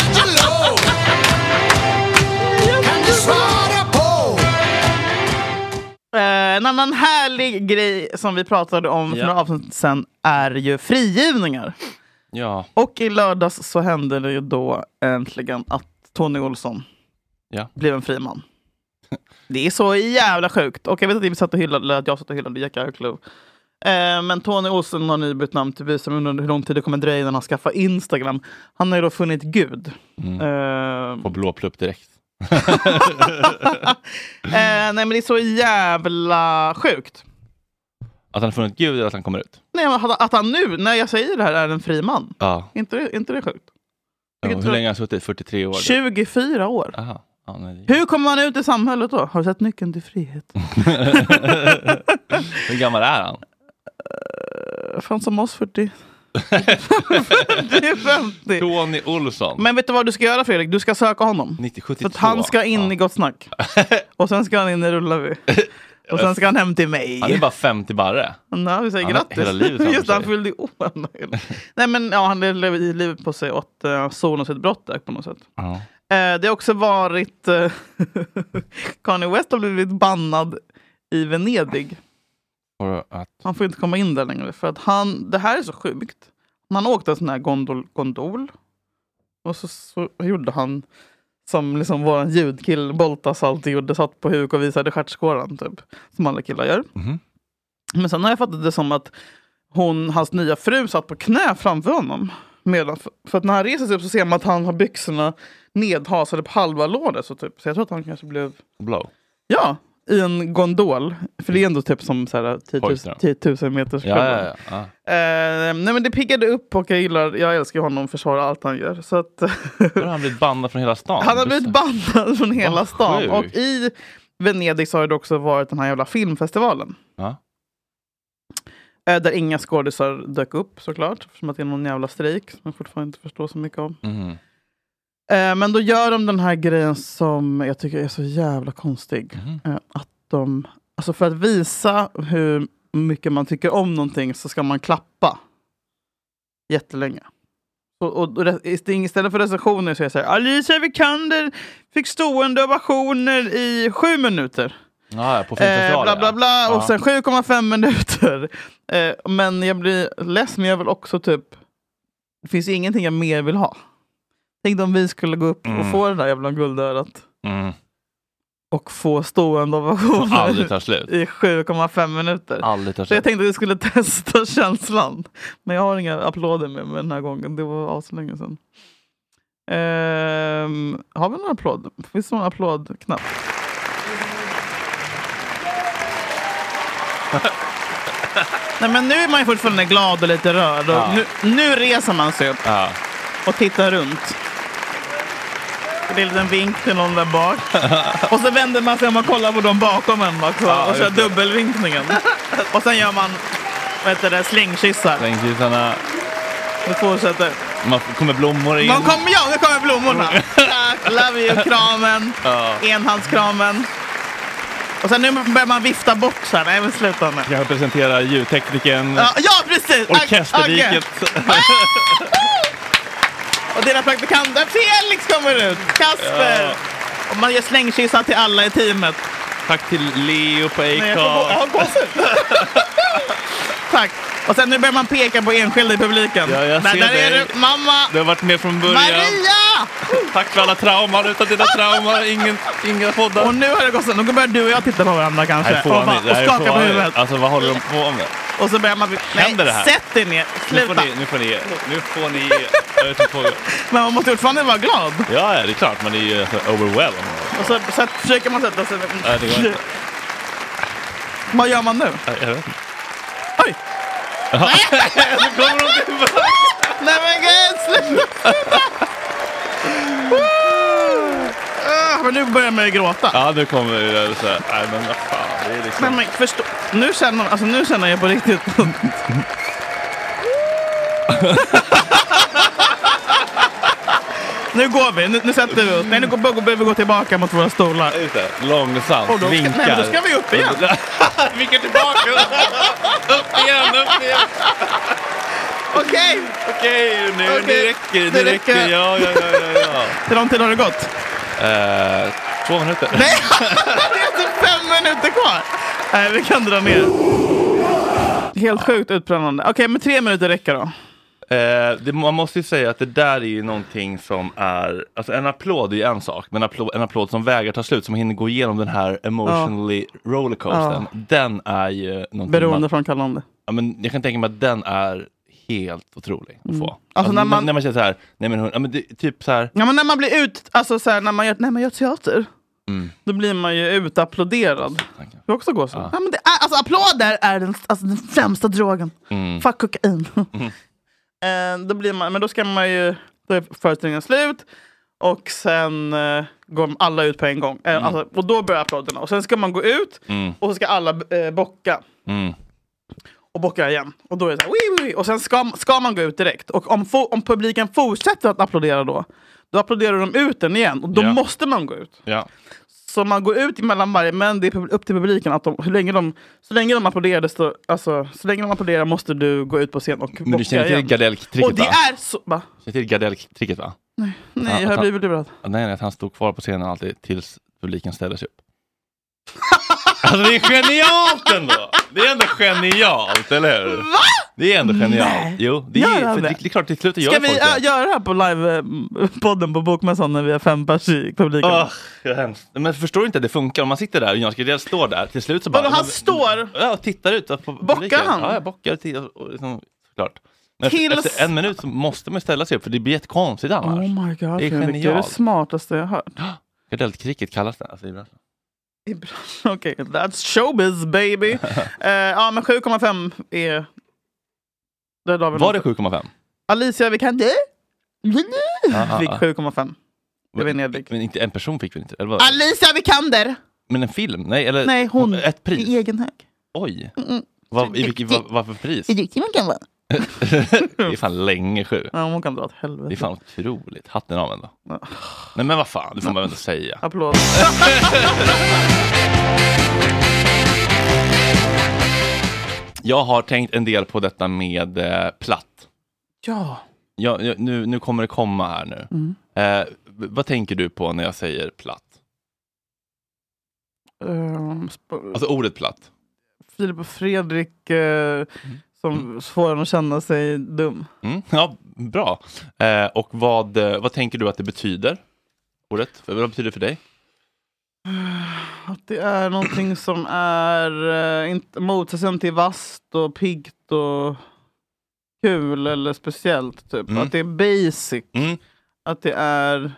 Speaker 6: Kan du svara på? Eh, en annan härlig grej som vi pratade om för
Speaker 7: ja.
Speaker 6: några avsnitt sedan är ju frigivningar.
Speaker 7: Ja.
Speaker 6: Och i lördags så hände det ju då äntligen att Tony Olsson
Speaker 7: ja.
Speaker 6: blev en fri man. Det är så jävla sjukt. Och jag vet att vi satt och hyllade, eller att jag satt och hyllade Jack Arklöv Eh, men Tony Olsson har nu bytt namn till Visa under hur lång tid det kommer dröja innan han skaffar Instagram. Han har ju då funnit Gud.
Speaker 7: Mm.
Speaker 6: Eh,
Speaker 7: På blåplupp direkt.
Speaker 6: eh, nej men det är så jävla sjukt.
Speaker 7: Att han har funnit Gud eller att han kommer ut?
Speaker 6: Nej, men att han nu, när jag säger det här, är en fri man.
Speaker 7: Ja.
Speaker 6: Inte det, inte det sjukt?
Speaker 7: Ja, hur länge har han suttit? fyrtiotre år?
Speaker 6: tjugofyra år.
Speaker 7: Aha. Ja, nej.
Speaker 6: Hur kommer han ut i samhället då? Har du sett Nyckeln till frihet?
Speaker 7: Hur gammal är han?
Speaker 6: Uh, fan som oss, fyrtio. fyrtio femtio.
Speaker 7: Tony Olsson.
Speaker 6: Men vet du vad du ska göra, Fredrik? Du ska söka honom.
Speaker 7: nittio sjuttiotvå.
Speaker 6: Så att han ska in
Speaker 7: ja.
Speaker 6: i Gott Snack. Och sen ska han in i Rullar vi. Och sen ska han hem till mig.
Speaker 7: Han är bara femtio barre.
Speaker 6: Nej, vi säger
Speaker 7: han
Speaker 6: grattis.
Speaker 7: Hela livet
Speaker 6: just han fyllde i år. Nej men ja, han lever i livet på sig åt uh, son och sitt brott där på något sätt.
Speaker 7: Ja.
Speaker 6: Uh, det har också varit uh, Kanye West har blivit bannad i Venedig.
Speaker 7: Att...
Speaker 6: Han får inte komma in där längre. För att han, det här är så sjukt. Han åkte en sån här gondol, gondol. Och så, så gjorde han som liksom våran ljudkill Boltas alltid gjorde, satt på huk och visade stjärtskåran typ, som alla killar gör.
Speaker 7: Mm.
Speaker 6: Men sen har jag fattat det som att hon, hans nya fru satt på knä framför honom. Medan, för, för att när han reser sig upp så ser man att han har byxorna nedhasade på halva låret. Så, typ. så jag tror att han kanske blev...
Speaker 7: Blow?
Speaker 6: Ja, i en gondol. För det är ändå typ som tio tusen meters
Speaker 7: ja, ja, ja, ja.
Speaker 6: Eh, nej men det piggade upp och jag gillar, jag älskar honom, försvara allt han gör. Så att
Speaker 7: har han blivit bannad från hela stan?
Speaker 6: Han har blivit bannad från hela
Speaker 7: oh,
Speaker 6: stan.
Speaker 7: Sjuk.
Speaker 6: Och i Venedig så har det också varit den här jävla filmfestivalen.
Speaker 7: Ja.
Speaker 6: Eh, där inga skådisar dök upp såklart. Eftersom att det är någon jävla strejk som jag fortfarande inte förstår så mycket om.
Speaker 7: Mm.
Speaker 6: Eh, men då gör de den här grejen som jag tycker är så jävla konstig.
Speaker 7: Mm.
Speaker 6: Eh, att de, alltså för att visa hur mycket man tycker om någonting så ska man klappa jättelänge. Och, och, och istället för recensioner så är det så här: Alicia Vikander fick stående ovationer i sju minuter.
Speaker 7: Ja, på filmfestivalen.
Speaker 6: Eh, bla bla bla.
Speaker 7: Ja.
Speaker 6: Och sen sju komma fem minuter. Eh, men jag blir ledsen, men jag vill också typ, det finns ingenting jag mer vill ha. Tänk om vi skulle gå upp
Speaker 7: Mm.
Speaker 6: och få det där jävla guldörat.
Speaker 7: Mm.
Speaker 6: Och få stående ovationer
Speaker 7: Aldrig tar slut.
Speaker 6: i sju komma fem minuter.
Speaker 7: Aldrig tar
Speaker 6: Så jag
Speaker 7: slut.
Speaker 6: tänkte att vi skulle testa känslan. Men jag har inga applåder med mig den här gången. Det var aslänge sedan. Ehm, har vi någon applåd? Finns det någon applådknapp? Nej men nu är man ju fortfarande glad och lite rörd. Och
Speaker 7: Ja.
Speaker 6: nu, nu reser man sig upp
Speaker 7: Ja.
Speaker 6: och tittar runt. Det är en liten vink till någon där bak. Och så vänder man sig om man kollar på dem bakom en också.
Speaker 7: Ja,
Speaker 6: och kör
Speaker 7: just det.
Speaker 6: dubbelvinkningen. Och sen gör man, vad heter det, slängkyssar.
Speaker 7: Slängkyssarna.
Speaker 6: Det fortsätter.
Speaker 7: Man kommer blommor in.
Speaker 6: Man kommer, ja, nu kommer blommorna. Tack, love you-kramen.
Speaker 7: Ja.
Speaker 6: Enhandskramen. Och sen nu börjar man vifta bort så här. Nej, men sluta nu.
Speaker 7: Jag presenterar ljudtekniken.
Speaker 6: Ja, ja precis.
Speaker 7: Orkesterdiket.
Speaker 6: Och dina praktikanter, Felix kommer ut. Kasper.
Speaker 7: Ja.
Speaker 6: Och man ger slängkyssar till alla i teamet.
Speaker 7: Tack till Leo på
Speaker 6: Nej, jag får gå-
Speaker 7: Acast.
Speaker 6: jag har gåshud. Tack. Och sen nu börjar man peka på enskilda i publiken.
Speaker 7: Ja, jag
Speaker 6: där
Speaker 7: ser
Speaker 6: där är
Speaker 7: dig.
Speaker 6: du, mamma.
Speaker 7: Du har varit med från början.
Speaker 6: Maria!
Speaker 7: Tack för alla trauman. Utan dina trauman, ingen, inga poddar.
Speaker 6: Och nu har det gått så. Nu börjar du och jag titta på varandra kanske.
Speaker 7: Nej,
Speaker 6: Och,
Speaker 7: fånigt.
Speaker 6: bara,
Speaker 7: Det
Speaker 6: och
Speaker 7: här är
Speaker 6: skaka på
Speaker 7: fånigt.
Speaker 6: huvudet.
Speaker 7: Alltså vad håller de på med?
Speaker 6: Och så börjar man...
Speaker 7: Händer det här?
Speaker 6: Sätt dig ner.
Speaker 7: Nu får
Speaker 6: Sluta.
Speaker 7: ni, nu får ni, nu får ni, jag vet inte på.
Speaker 6: Men man måste fortfarande vara glad.
Speaker 7: Ja, ja, det är klart. Man är ju så overwhelmed.
Speaker 6: Och så, så försöker man sätta sig...
Speaker 7: Nej, det går inte.
Speaker 6: Vad gör man nu?
Speaker 7: Jag vet inte.
Speaker 6: Oj!
Speaker 7: Jaha. Nu kommer de tillbaka.
Speaker 6: Nej men gud, sluta! Ah, men nu börjar man ju gråta.
Speaker 7: Ja, nu kommer det så här. Nej, men vad fan. Det är liksom...
Speaker 6: Men, men förstå, nu känner, alltså, nu känner jag på riktigt. Nu går vi, nu, nu sätter vi oss. Nej, nu går, behöver vi gå tillbaka mot våra stolar.
Speaker 7: Just det, långsamt,
Speaker 6: Och då,
Speaker 7: vinkar.
Speaker 6: nej, men då ska vi upp igen.
Speaker 7: Vinkar tillbaka. Upp igen, upp igen.
Speaker 6: Okej.
Speaker 7: Okej, nu,
Speaker 6: Okej,
Speaker 7: nu räcker det.
Speaker 6: det
Speaker 7: Nu räcker
Speaker 6: räcker.
Speaker 7: det. Ja, ja, ja, ja, ja.
Speaker 6: Hur lång tid har det gått?
Speaker 7: Eh, två minuter.
Speaker 6: Nej, det är inte fem minuter kvar. Nej, vi kan dra ner. Helt sjukt utbrännande. Okej, men tre minuter räcker då.
Speaker 7: Eh, det, man måste ju säga att det där är ju någonting som är, alltså en applåd är ju en sak, men applåd, en applåd som vägar ta slut, som hinner gå igenom den här emotionally rollercoastern,
Speaker 6: Ja.
Speaker 7: den är ju någonting
Speaker 6: Beroende
Speaker 7: man,
Speaker 6: från kallande.
Speaker 7: ja, men jag kan tänka mig att den är helt otrolig att få.
Speaker 6: Mm.
Speaker 7: Alltså,
Speaker 6: Alltså,
Speaker 7: när,
Speaker 6: när
Speaker 7: man,
Speaker 6: man-
Speaker 7: när man känner så här, nej men, hon, ja, men det, typ så här.
Speaker 6: Ja, men när man blir ut, alltså så här, när man gör, när man gör teater,
Speaker 7: Mm.
Speaker 6: då blir man ju utapplåderad. Det också går så.
Speaker 7: Ja.
Speaker 6: Ja, men det är, alltså, applåder är den, alltså, den främsta drogen.
Speaker 7: Mm.
Speaker 6: Fuck kokain.
Speaker 7: Mm.
Speaker 6: eh, då blir man, men då ska man ju, då är föreställningen slut. Och sen eh, går alla ut på en gång. Eh,
Speaker 7: Mm.
Speaker 6: alltså, och då börjar applåderna. Och sen ska man gå ut
Speaker 7: Mm.
Speaker 6: och så ska alla eh, bocka.
Speaker 7: Mm.
Speaker 6: Och bocka igen. Och då är det så här, wii, wii. Och sen ska, ska man gå ut direkt. Och om, fo- om publiken fortsätter att applådera då, då applåderar de ut den igen. Och då
Speaker 7: Ja.
Speaker 6: måste man gå ut.
Speaker 7: Ja.
Speaker 6: Så man går ut mellan varje, men det är pub- upp till publiken att de, hur länge de, så länge de applåderar, desto, alltså, så länge de applåderar måste du gå ut på scen och
Speaker 7: Men
Speaker 6: bocka
Speaker 7: du känner till
Speaker 6: igen.
Speaker 7: Gardell-tricket,
Speaker 6: Och det
Speaker 7: va?
Speaker 6: är så, va?
Speaker 7: Känner till Gardell-tricket, va?
Speaker 6: Nej, nej
Speaker 7: Att
Speaker 6: jag har
Speaker 7: han-
Speaker 6: blivit lurad.
Speaker 7: Nej, nej, att han stod kvar på scenen alltid tills publiken ställer sig upp. Alltså det är genialt ändå! Det är ändå genialt, eller hur? Va? Det är ändå genialt.
Speaker 6: Nej.
Speaker 7: Jo, det
Speaker 6: Gör
Speaker 7: är,
Speaker 6: han
Speaker 7: för
Speaker 6: det?
Speaker 7: det är klart till slut gör
Speaker 6: Ska vi
Speaker 7: folk
Speaker 6: äh,
Speaker 7: det.
Speaker 6: göra det här på live-podden på Bokmässan när vi har fem pers i publiken?
Speaker 7: Åh, det är hemskt. Men förstår du inte att det funkar? Om man sitter där och Jonas Gardell står där, till slut så bara...
Speaker 6: Vadå, han står?
Speaker 7: Ja, och tittar ut på
Speaker 6: Bockar
Speaker 7: publiken.
Speaker 6: han?
Speaker 7: Ja, jag bockar och tittar. Och liksom, såklart. Men
Speaker 6: Tills-
Speaker 7: efter en minut så måste man ställa sig upp, för det blir jättekonstigt annars.
Speaker 6: Oh my god,
Speaker 7: det är
Speaker 6: Fredrik, det är det
Speaker 7: genialt.
Speaker 6: smartaste jag har hört.
Speaker 7: Gardell-kricket kallas det. Alltså, i branschen.
Speaker 6: Okej, okay, that's showbiz baby. uh, ja, men sju komma fem är... Det är
Speaker 7: Var det sju komma fem?
Speaker 6: Alicia Vikander
Speaker 7: Ah,
Speaker 6: fick
Speaker 7: ah, ah.
Speaker 6: sju komma fem. Det var nedlägg.
Speaker 7: Men inte en person fick väl inte? Eller vad?
Speaker 6: Alicia Vikander!
Speaker 7: Men en film? Nej, eller
Speaker 6: Nej, hon
Speaker 7: ett pris?
Speaker 6: i egen hög.
Speaker 7: Oj.
Speaker 6: Mm.
Speaker 7: Vad, i vilket, vad, vad för pris?
Speaker 6: Riktigt man kan vara.
Speaker 7: Det är fan länge sju.
Speaker 6: Ja, hon kan dra åt helvete.
Speaker 7: Det är fan otroligt. Hatten av ändå. Nej men vad fan, det får man väl ändå säga.
Speaker 6: Applåd.
Speaker 7: Jag har tänkt en del på detta med eh, platt.
Speaker 6: Ja.
Speaker 7: Ja, ja, nu, nu kommer det komma här nu.
Speaker 6: Mm.
Speaker 7: Eh, vad tänker du på när jag säger platt?
Speaker 6: Um, sp-
Speaker 7: Alltså ordet platt.
Speaker 6: Filip och Fredrik eh, som får en att känna sig dum.
Speaker 7: Mm, ja, bra. Eh, och vad, eh, vad tänker du att det betyder? Ordet? Vad betyder det för dig?
Speaker 6: Att det är någonting som är eh, inte motsatsen till vasst och piggt och kul eller speciellt. Typ.
Speaker 7: Mm.
Speaker 6: Att det är basic.
Speaker 7: Mm.
Speaker 6: Att det är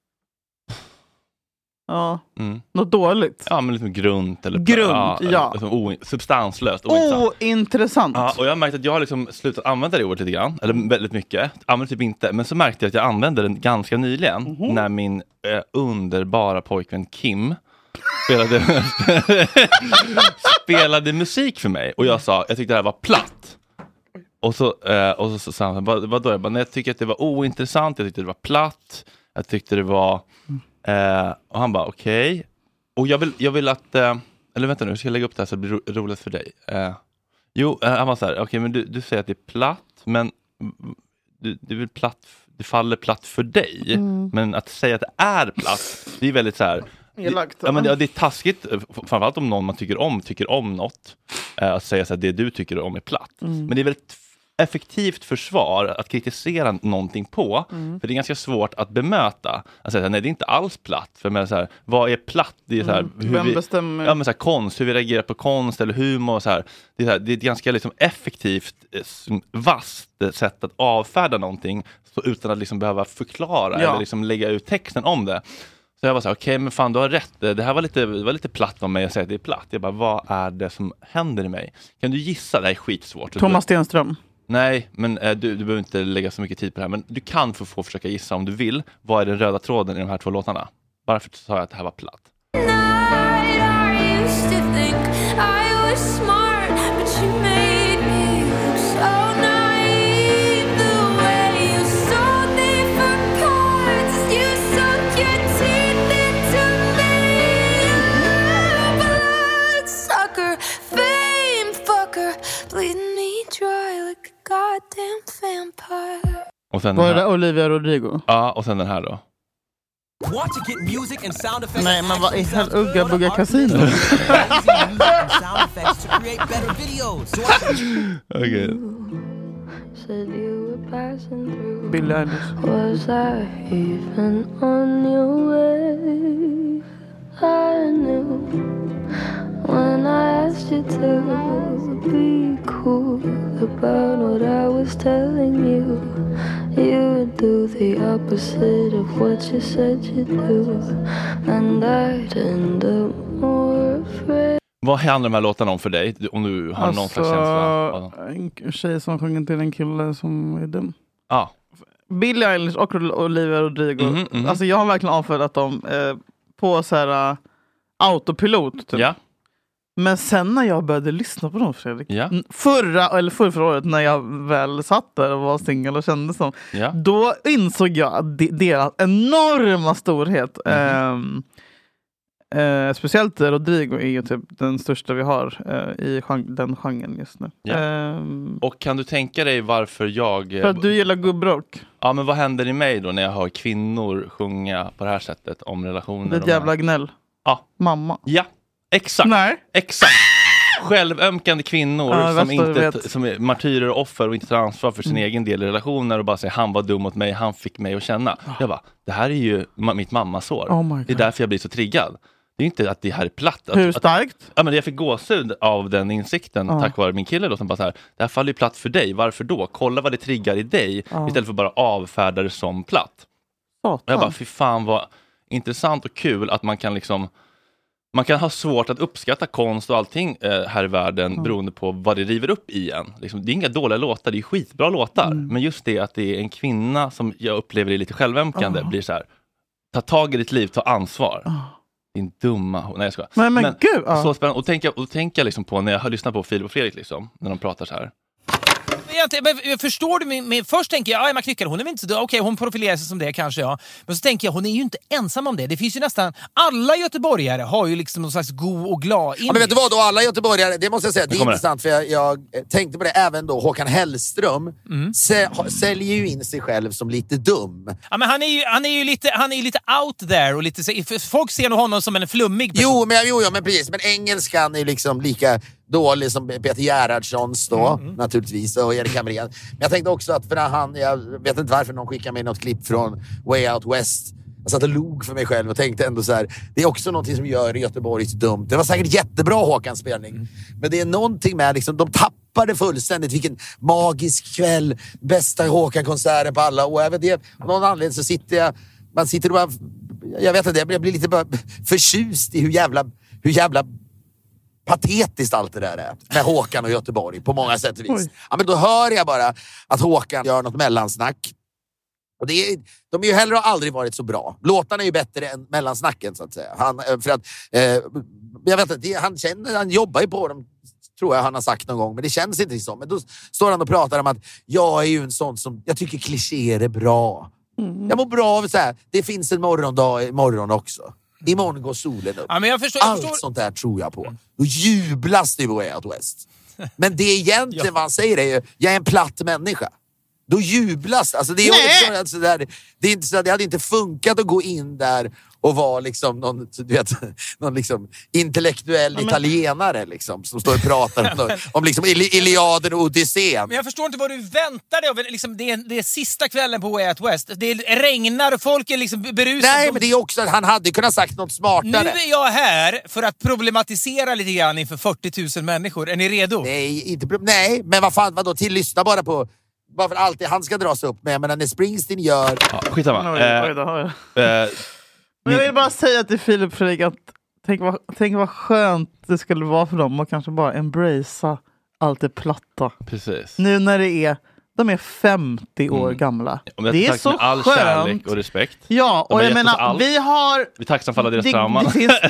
Speaker 6: ja,
Speaker 7: Mm.
Speaker 6: något dåligt.
Speaker 7: Ja, men liksom grunt eller
Speaker 6: Grunt, ja.
Speaker 7: Liksom o- substanslöst. ointressant.
Speaker 6: Ointressant.
Speaker 7: Ja, och jag har märkt att jag har liksom slutat använda det ordet lite grann, eller väldigt mycket. Använder typ inte, men så märkte jag att jag använde den ganska nyligen
Speaker 6: Mhm.
Speaker 7: när min eh, underbara pojkvän Kim spelade, spelade musik för mig. Och jag sa, jag tyckte det här var platt. Och så, eh, och så, så sa han, vad, vadå? Jag bara, nej, jag tycker att det var ointressant, jag tyckte det var platt, jag tyckte det var... Eh, och han bara, okej. Okay. Och jag vill, jag vill att... Eh, eller vänta nu, ska jag lägga upp det här så det blir ro- roligt för dig. Eh, jo, eh, han var så här, okej, okay, men du, du säger att det är platt, men du, du vill platt, det faller platt för dig.
Speaker 6: Mm.
Speaker 7: Men att säga att det är platt, det är väldigt så här...
Speaker 6: Elakt.
Speaker 7: Ja, men det, ja, det är taskigt, eh, framförallt om någon man tycker om tycker om något, eh, att säga så att det du tycker om är platt.
Speaker 6: Mm.
Speaker 7: Men det är väldigt effektivt försvar att kritisera någonting på,
Speaker 6: Mm.
Speaker 7: för det är ganska svårt att bemöta. Att säga, nej, det är inte alls platt. För men, så här, vad är platt? Det är så här,
Speaker 6: Mm.
Speaker 7: hur
Speaker 6: Vem
Speaker 7: vi,
Speaker 6: bestämmer?
Speaker 7: ja, men, så här, konst, hur vi reagerar på konst eller humor. Så här. Det, är så här, det är ett ganska liksom, effektivt, eh, vasst eh, sätt att avfärda någonting så, utan att liksom, behöva förklara
Speaker 6: Ja.
Speaker 7: eller liksom, lägga ut texten om det. Så jag var så här, okej, okay, men fan, du har rätt. Det här var lite, det var lite platt om mig att säga att det är platt. Jag bara, vad är det som händer i mig? Kan du gissa? Det här är skitsvårt.
Speaker 6: Thomas Stenström.
Speaker 7: Nej, men eh, du, du behöver inte lägga så mycket tid på det här. Men du kan få, få försöka gissa om du vill. Vad är den röda tråden i de här två låtarna? Bara för att sa jag att det här var platt. Och sen
Speaker 6: Var
Speaker 7: den
Speaker 6: det
Speaker 7: här.
Speaker 6: Olivia Rodrigo?
Speaker 7: Ja, och sen den här då.
Speaker 6: Nej, men vad i hel Ugga Bugga Casino?
Speaker 7: Okej.
Speaker 6: Billie Eilish.
Speaker 9: Was I even on your way? I knew when when I asked you to be cool about what I was telling you. You would do the opposite of what you said you'd do, and I'd end up more afraid.
Speaker 7: Vad handlar de här låtarna om för dig? Om du har
Speaker 6: alltså,
Speaker 7: någon slags känsla?
Speaker 6: En tjej som sjunger till en kille som är dum.
Speaker 7: Ja. Ah.
Speaker 6: Billie Eilish och Olivia Rodrigo.
Speaker 7: Mm, mm.
Speaker 6: Alltså jag har verkligen avfärdat dem eh, på så här uh, autopilot. Typ.
Speaker 7: Ja.
Speaker 6: Men sen när jag började lyssna på dem, Fredrik.
Speaker 7: Ja.
Speaker 6: Förra, eller förra, förra året när jag väl satt där och var singel och kände som.
Speaker 7: Ja.
Speaker 6: Då insåg jag att de, deras enorma storhet.
Speaker 7: Mm.
Speaker 6: Eh, eh, speciellt Rodrigo är ju typ den största vi har eh, i gen- den genren just nu.
Speaker 7: Ja.
Speaker 6: Eh,
Speaker 7: och kan du tänka dig varför jag...
Speaker 6: För att du gillar gubbrock.
Speaker 7: Ja, men vad händer i mig då när jag hör kvinnor sjunga på det här sättet om relationer?
Speaker 6: Det är ett jävla gnäll.
Speaker 7: Ja.
Speaker 6: Mamma.
Speaker 7: Ja, exakt.
Speaker 6: Nej.
Speaker 7: Exakt. Självömkande kvinnor
Speaker 6: ja,
Speaker 7: som, inte, som är martyrer och offer och inte tar ansvar för sin mm. egen del i relationer och bara säger han var dum mot mig, han fick mig att känna. Oh. Jag bara, det här är ju ma- mitt mammasår. Oh det är därför jag blir så triggad. Det är inte att det här är platt. Att,
Speaker 6: Hur starkt?
Speaker 7: Att, ja, men jag fick gåshud av den insikten oh. tack vare min kille då, som bara så här, det här faller ju platt för dig, varför då? Kolla vad det triggar i dig oh. istället för bara avfärda det som platt. Oh. Och jag bara, fy fan vad intressant och kul att man kan liksom man kan ha svårt att uppskatta konst och allting eh, här i världen mm. beroende på vad det river upp i en. Liksom, det är inga dåliga låtar, det är skitbra låtar. Mm. Men just det att det är en kvinna som jag upplever är lite självömkande oh. blir så här, ta tag i ditt liv, ta ansvar. Oh. Din dumma... Nej, jag ska.
Speaker 6: Men, men, men gud! Oh.
Speaker 7: Så spännande. Och tänka, och tänka liksom på när jag har lyssnat på Filip och Fredrik liksom, när de pratar så här.
Speaker 10: Jag förstår du min, min, först tänker jag, ja, Emma Knyckare, hon är väl inte så, okej, okay, hon profilerar sig som det kanske, ja. Men så tänker jag, hon är ju inte ensam om det. Det finns ju nästan, alla göteborgare har ju liksom någon slags god och glad
Speaker 11: ja, men vet du vad då, alla göteborgare, det måste jag säga, det är intressant för jag, jag tänkte på det även då, Håkan Hellström mm. sä, säljer ju in sig själv som lite dum.
Speaker 10: Ja, men han är ju, han är ju lite, han är ju lite out there och lite, folk ser nog honom som en flummig person.
Speaker 11: Jo, men, jo, jo, men precis, men engelskan är ju liksom lika dålig som Peter Gerhardssons då, mm. naturligtvis, och Erik Hamrén. Men jag tänkte också att för han, jag vet inte varför någon skickade mig något klipp från Way Out West. Jag satt och log för mig själv och tänkte ändå så här, det är också någonting som gör Göteborg så dumt. Det var säkert jättebra Håkans spelning. Mm. Men det är någonting med, liksom, de tappade fullständigt. Vilken magisk kväll, bästa Håkan-konserten på alla år. Jag vet det, av någon anledning så sitter jag, man sitter och bara, jag vet inte, jag blir lite bara förtjust i hur jävla, hur jävla patetiskt allt det där är med Håkan och Göteborg på många sätt och vis. Ja, men då hör jag bara att Håkan gör något mellansnack. Och det är, de är ju heller aldrig varit så bra. Låtarna är ju bättre än mellansnacken så att säga. Han, för att, eh, jag vet inte, han, känner, han jobbar ju på dem, tror jag han har sagt någon gång, men det känns inte så. Men då står han och pratar om att jag är ju en sån som, jag tycker klichéer är bra. Mm. Jag mår bra av så här, det finns en morgondag imorgon också. Imorgon går solen upp.
Speaker 10: Ja, men jag förstår, jag
Speaker 11: Allt
Speaker 10: förstår.
Speaker 11: sånt där tror jag på. Då jublas det i Way Out West. Men det egentligen ja. vad han säger är ju, jag är en platt människa. Då jublas alltså det. Är alltså där, det är inte så, det hade inte funkat att gå in där och vara liksom någon, du vet, någon liksom intellektuell ja, men... italienare liksom, som står och pratar om, om liksom Iliaden och Odysseen.
Speaker 10: Men jag förstår inte vad du väntar dig av. Liksom, det, är, det är sista kvällen på Way Out West. Det regnar och folk är liksom berusade.
Speaker 11: Nej, men det är också att han hade kunnat sagt något smartare.
Speaker 10: Nu är jag här för att problematisera lite grann inför fyrtio tusen människor. Är ni redo?
Speaker 11: Nej, inte, nej men vad fan, vadå, till lyssna bara på bara för allt det han ska dras upp med. Men när Springsteen gör...
Speaker 7: Ja, skitsamma.
Speaker 6: Oj, oj, oj, oj. Eh, Men jag vill bara säga till Filip Fredrik att tänk vad, tänk vad skönt det skulle vara för dem att kanske bara embracea allt det platta.
Speaker 7: Precis.
Speaker 6: Nu när det är, de är femtio år mm. gamla.
Speaker 7: Ja,
Speaker 6: det är så
Speaker 7: med all
Speaker 6: skönt.
Speaker 7: Kärlek och respekt.
Speaker 6: Ja, och jag menar, vi har...
Speaker 7: Vi är tacksamma för alla deras
Speaker 6: det,
Speaker 7: trauma.
Speaker 6: Det finns...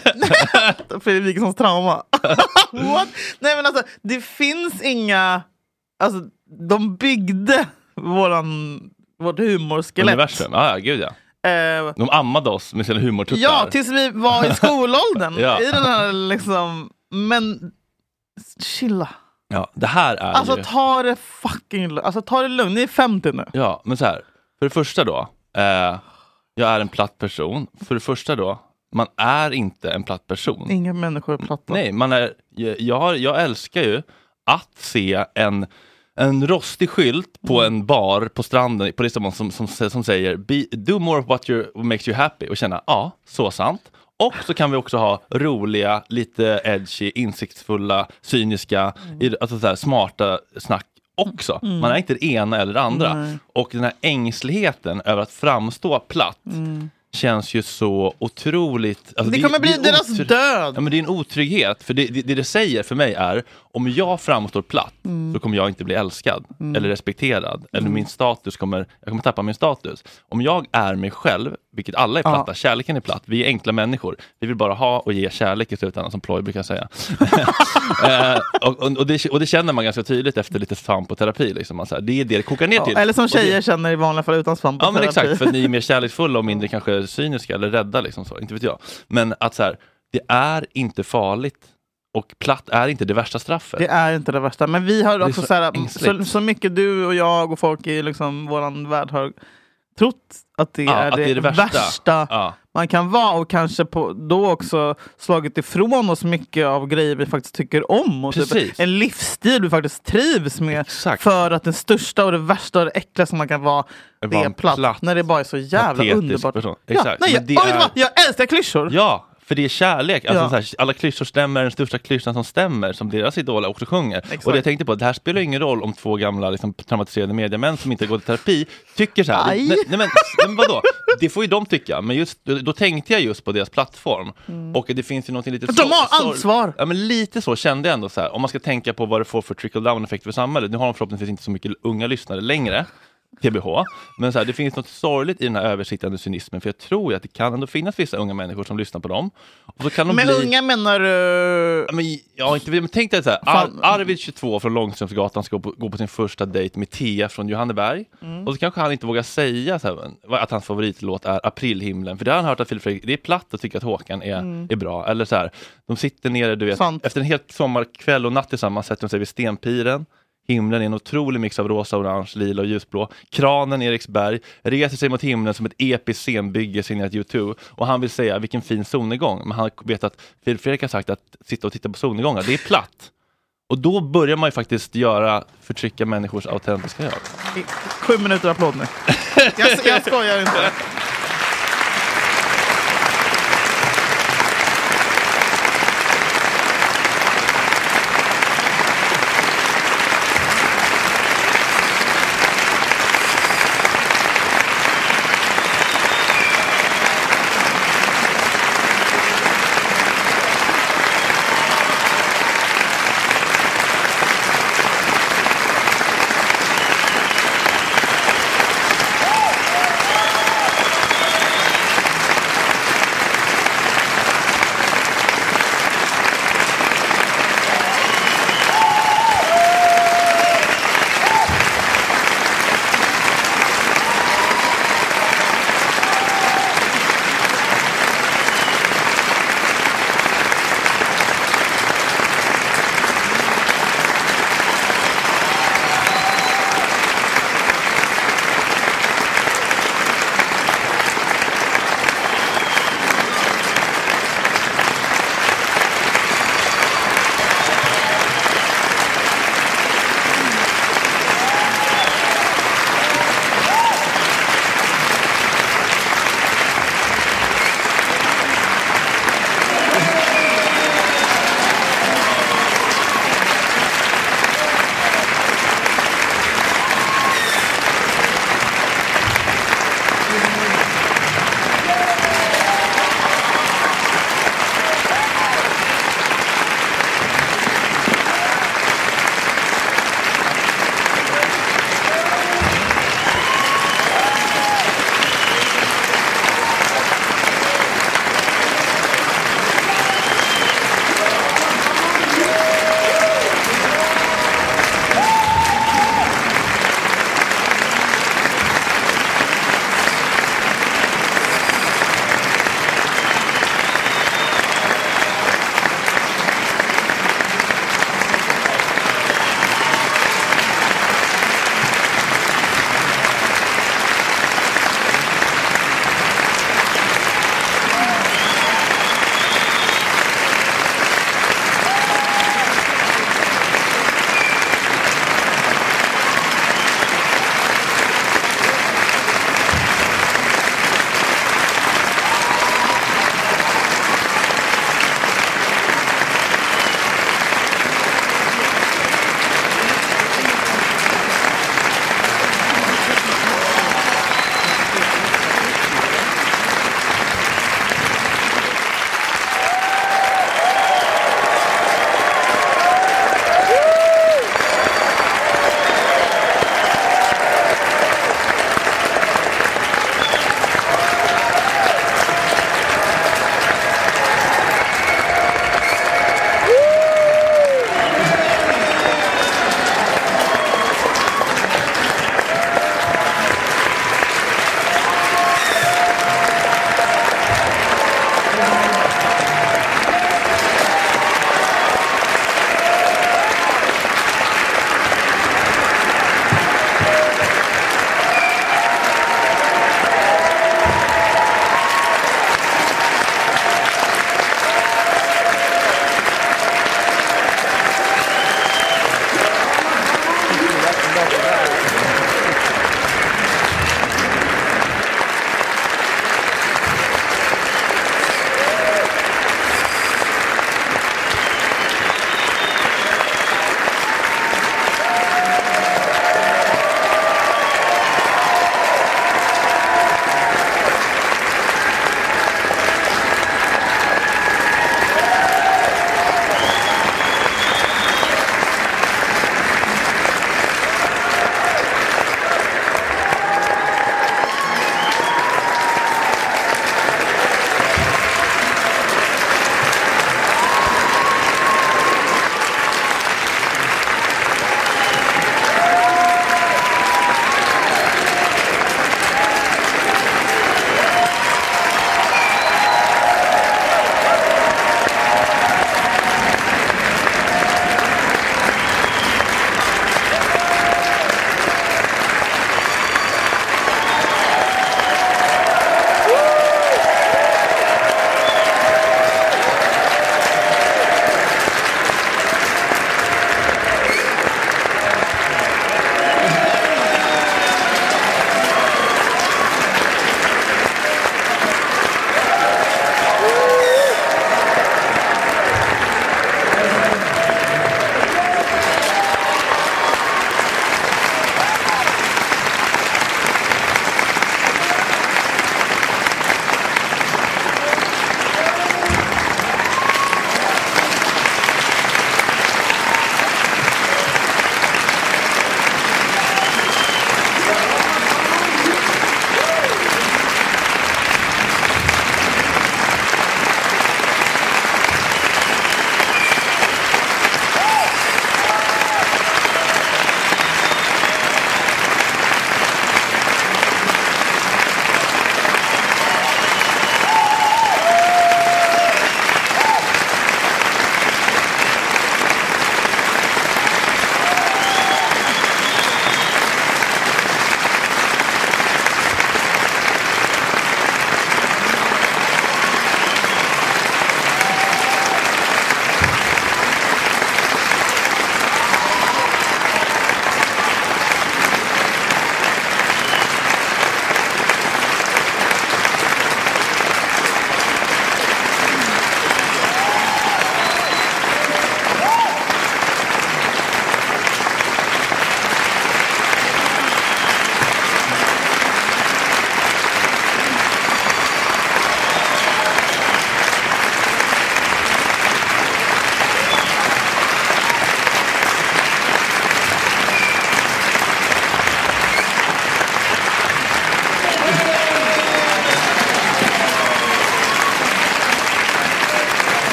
Speaker 6: Filip Wikessons trauma. What? Nej men alltså, det finns inga... Alltså, de byggde våran, vårt humorskelett.
Speaker 7: Universum, ja, gud ja. Uh, de ammade oss med sina humortuttar.
Speaker 6: Ja, tills vi var i skolåldern.
Speaker 7: ja.
Speaker 6: I den här liksom... Men chilla.
Speaker 7: Ja, det här är
Speaker 6: Alltså
Speaker 7: ju...
Speaker 6: ta det fucking... Alltså ta det lugnt, ni är femtio nu.
Speaker 7: Ja, men så här. För det första då. Eh, jag är en platt person. För det första då. Man är inte en platt person.
Speaker 6: Inga människor är platta.
Speaker 7: Nej, man är... Jag, har, jag älskar ju att se en... En rostig skylt på mm. en bar på stranden på Lissabon som, som, som säger Be, do more of what, what makes you happy och känna, ja, så sant. Och så kan vi också ha roliga, lite edgy, insiktsfulla, cyniska, mm. alltså så här, smarta snack också. Mm. Man är inte det ena eller det andra. Mm. Och den här ängsligheten över att framstå platt mm. känns ju så otroligt... Alltså
Speaker 6: det,
Speaker 7: det
Speaker 6: kommer bli
Speaker 7: det
Speaker 6: deras
Speaker 7: otry-
Speaker 6: död.
Speaker 7: Ja, men det är en otrygghet. För det det, det det säger för mig är, om jag framstår platt mm. så kommer jag inte bli älskad mm. eller respekterad. Mm. Eller min status kommer... Jag kommer tappa min status. Om jag är mig själv, vilket alla är platta, ja. Kärleken är platt. Vi är enkla människor. Vi vill bara ha och ge kärlek i slutändan, som Ploy brukar säga. eh, och, och, och, det, och det känner man ganska tydligt efter lite svamp och terapi. Liksom. Man, så här, det är det det kokar ner till.
Speaker 6: Ja, eller som tjejer
Speaker 7: det,
Speaker 6: känner i vanliga fall utan svamp och
Speaker 7: ja, men
Speaker 6: terapi.
Speaker 7: exakt, för att ni är mer kärleksfulla och mindre kanske cyniska eller rädda. Liksom så. Inte vet jag. Men att så här, det är inte farligt. Och platt är inte det värsta straffet.
Speaker 6: Det är inte det värsta. Men vi har också så, så, här, så, så mycket du och jag och folk i liksom våran värld har trott att det, ja, är, att det, det är det värsta, värsta ja. Man kan vara, och kanske på, då också slagit ifrån oss mycket av grejer vi faktiskt tycker om. Och typ en livsstil vi faktiskt trivs med. Exakt. För att det största och det värsta och det äckliga som man kan vara, det, det är platt, platt. När det bara är så jävla underbart. Ja, nej, jag, är... vad, jag älskar klyschor.
Speaker 7: Ja. För det är kärlek. Alltså, ja. så här, alla klyschor stämmer, den största klyschan som stämmer, som deras idoler också sjunger. Exakt. Och det jag tänkte på, det här spelar ingen roll om två gamla liksom, traumatiserade mediamän som inte går till terapi tycker så här. Nej, nej, men, men vadå? Det får ju de tycka. Men just, då, då tänkte jag just på deras plattform. Mm. Och det finns ju något lite...
Speaker 6: De har ansvar!
Speaker 7: Så, ja, men lite så kände jag ändå så här. Om man ska tänka på vad det får för trickle-down-effekt för samhället. Nu har de förhoppningsvis inte så mycket unga lyssnare längre. T B H. Men så här, det finns något sorgligt i den här översiktande cynismen, för jag tror att det kan ändå finnas vissa unga människor som lyssnar på dem. Och så kan de
Speaker 6: men
Speaker 7: bli...
Speaker 6: unga menar du...
Speaker 7: Men, ja, inte, men tänk dig så här, Ar- Arvid tjugotvå från Långströmsgatan ska gå på, gå på sin första dejt med Tia från Johanneberg. Mm. Och så kanske han inte vågar säga så här, att hans favoritlåt är Aprilhimlen, för det har han hört att Filip Fredrik, det är platt att tycka att Håkan är, mm. är bra. Eller så här, de sitter nere, du vet, Sant. efter en helt sommarkväll och natt tillsammans sätter de sig vid Stenpiren. Himlen är en otrolig mix av rosa, orange, lila och ljusblå. Kranen Eriksberg reser sig mot himlen som ett episkt scenbygge signerat U två. Och han vill säga vilken fin solnedgång. Men han vet att Fredrik har sagt att sitta och titta på solnedgångar, det är platt. Och då börjar man ju faktiskt göra förtrycka människors autentiska jag.
Speaker 6: Sju minuter applåd nu. jag, jag skojar inte.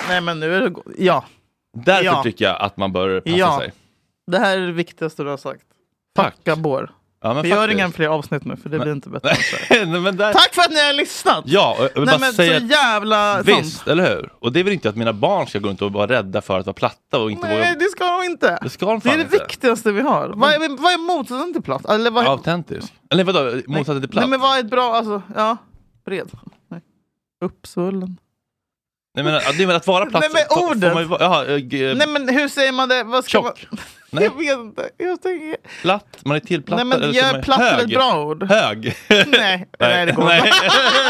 Speaker 6: Nej, men nu är det... Ja.
Speaker 7: Därför
Speaker 6: ja.
Speaker 7: tycker jag att man bör passa
Speaker 6: ja.
Speaker 7: sig.
Speaker 6: Det här är det viktigaste du har sagt.
Speaker 7: Tack.
Speaker 6: Tack, Gabor.
Speaker 7: Ja, men
Speaker 6: vi gör
Speaker 7: faktiskt.
Speaker 6: inga fler avsnitt nu, för det blir inte bättre.
Speaker 7: Nej, men där...
Speaker 6: Tack för att ni har lyssnat!
Speaker 7: Ja, och jag vill
Speaker 6: Nej,
Speaker 7: bara
Speaker 6: men
Speaker 7: säga
Speaker 6: så jävla
Speaker 7: visst,
Speaker 6: sant.
Speaker 7: eller hur? Och det är väl inte att mina barn ska gå runt och vara rädda för att vara platta och inte
Speaker 6: Nej,
Speaker 7: våga...
Speaker 6: det ska de inte.
Speaker 7: Det ska de
Speaker 6: Det
Speaker 7: fan
Speaker 6: är det
Speaker 7: inte.
Speaker 6: viktigaste vi har. Vad är, vad är motsatsen till platt? Eller vad är...
Speaker 7: Autentisk. Eller vadå, motsatsen till platt?
Speaker 6: Nej, men vad är ett bra, alltså, ja, bred. Nej. Uppsvullen.
Speaker 7: Nej, men, det är väl att vara platt.
Speaker 6: Nej, men
Speaker 7: får-
Speaker 6: ordet.
Speaker 7: får man ju vara- Jaha, äh, g-
Speaker 6: Nej, men hur säger man det? Vad ska
Speaker 7: Tjock.
Speaker 6: Man...
Speaker 7: Nej.
Speaker 6: Jag vet inte. Jag tänker...
Speaker 7: Platt, man är tillplattad.
Speaker 6: Nej, men
Speaker 7: eller så
Speaker 6: gör
Speaker 7: man är
Speaker 6: platt är
Speaker 7: hög.
Speaker 6: ett bra ord.
Speaker 7: Hög.
Speaker 6: Nej, nej, det går
Speaker 7: Nej.
Speaker 6: inte.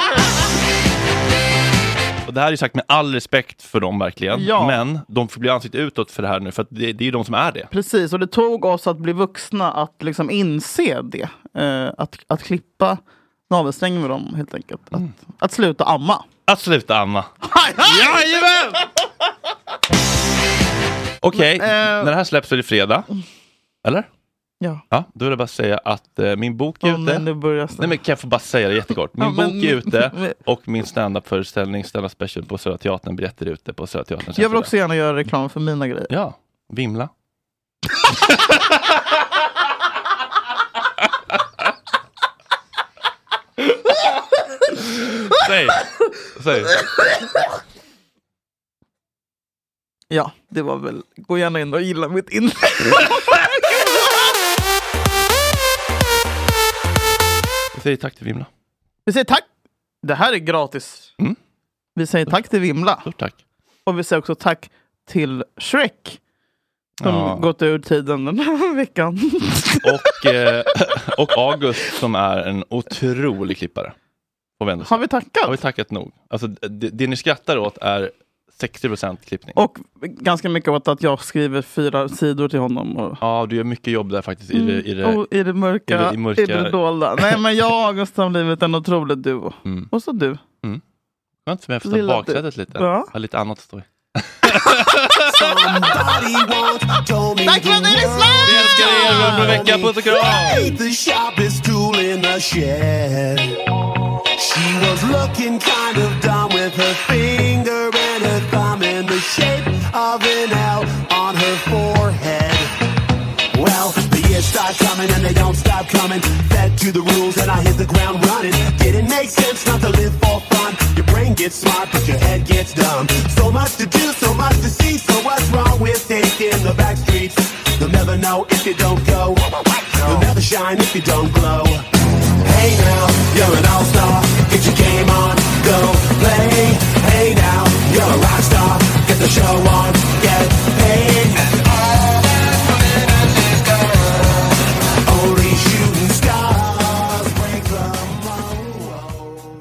Speaker 7: Och det här är ju sagt med all respekt för dem verkligen.
Speaker 6: Ja.
Speaker 7: Men de får bli ansikt utåt för det här nu. För att det, det är ju de som är det.
Speaker 6: Precis, och det tog oss att bli vuxna att liksom inse det. Eh, att, att klippa navelsträngen med dem helt enkelt. Att,
Speaker 7: Mm.
Speaker 6: att sluta amma.
Speaker 7: Att sluta amma. Jajamän! Okej,
Speaker 6: Men, eh,
Speaker 7: när det här släpps så är det fredag. Eller?
Speaker 6: Ja.
Speaker 7: Ja, då vill jag bara säga att eh, min bok är
Speaker 6: Åh,
Speaker 7: ute.
Speaker 6: nej, nu börjar jag
Speaker 7: Nej, men kan jag få bara säga det jättekort? Min
Speaker 6: Ja, men-
Speaker 7: bok är ute och min stand-up-föreställning, stand-up special på Södra Teatern, biljetter är ute på Södra Teatern.
Speaker 6: Jag vill också gärna göra reklam för mina grejer.
Speaker 7: Ja, Vimla. Säg. Säg.
Speaker 6: Ja, det var väl... Gå gärna in och gilla mitt inlägg.
Speaker 7: Vi säger tack till Vimla.
Speaker 6: Vi säger tack. Det här är gratis.
Speaker 7: Mm.
Speaker 6: Vi säger tack till Vimla.
Speaker 7: Stort tack.
Speaker 6: Och vi säger också tack till Shrek. Som
Speaker 7: Ja.
Speaker 6: gått ur tiden den här veckan.
Speaker 7: Och, eh, och August som är en otrolig klippare. På Vendelsö.
Speaker 6: Har vi tackat?
Speaker 7: Har vi tackat nog. Alltså, det, det ni skrattar åt är sextio procent klippning.
Speaker 6: Och ganska mycket åt att jag skriver fyra sidor till honom. Och...
Speaker 7: Ja, du gör mycket jobb där faktiskt. I det, i det,
Speaker 6: och i det mörka,
Speaker 7: i det, i mörka...
Speaker 6: i det dolda. Nej, men jag och August har blivit en otrolig duo.
Speaker 7: Mm.
Speaker 6: Och så du.
Speaker 7: Mm. Skönt för mig att få ta
Speaker 6: Lilla
Speaker 7: baksätet
Speaker 6: du.
Speaker 7: lite.
Speaker 6: Ja.
Speaker 7: Har lite annat att stå i.
Speaker 6: Tack för att ni lyssnade!
Speaker 7: Vi älskar er varje vecka. Puss och kram!
Speaker 12: The sharpest tool in the shed. She was looking kind of dumb with her finger and her thumb in the shape of an L on her forehead. Well, the years start coming and they don't stop coming. Fed to the rules and I hit the ground running. Didn't make sense not to live for fun. Your brain gets smart but your head gets dumb. So much to do, so much to see. So what's wrong with taking the back streets? You'll never know if you don't go. You'll never shine if you don't glow. Hey now, you're an all-star. Get your game on, go play. Hey now, you're a rock star. Get the show on, get paid. Only shooting stars break the mold.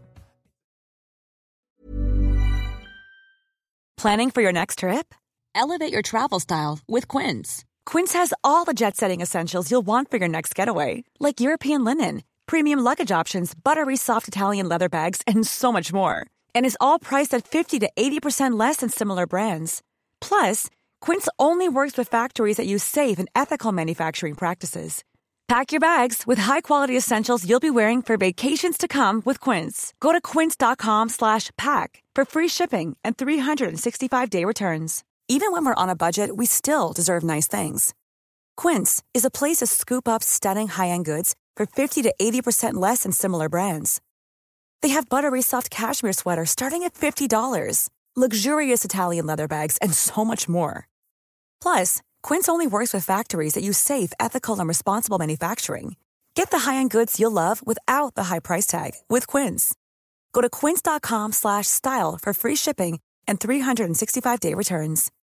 Speaker 21: Planning for your next trip? Elevate your travel style with Quince. Quince has all the jet-setting essentials you'll want for your next getaway, like European linen, premium luggage options, buttery soft Italian leather bags, and so much more. And is all priced at fifty to eighty percent less than similar brands. Plus, Quince only works with factories that use safe and ethical manufacturing practices. Pack your bags with high-quality essentials you'll be wearing for vacations to come with Quince. Go to quince.com slash pack for free shipping and three sixty-five day returns. Even when we're on a budget, we still deserve nice things. Quince is a place to scoop up stunning high-end goods for fifty to eighty percent less than similar brands. They have buttery soft cashmere sweaters starting at fifty dollars, luxurious Italian leather bags, and so much more. Plus, Quince only works with factories that use safe, ethical, and responsible manufacturing. Get the high-end goods you'll love without the high price tag with Quince. Go to quince.com slash style for free shipping and three sixty-five day returns.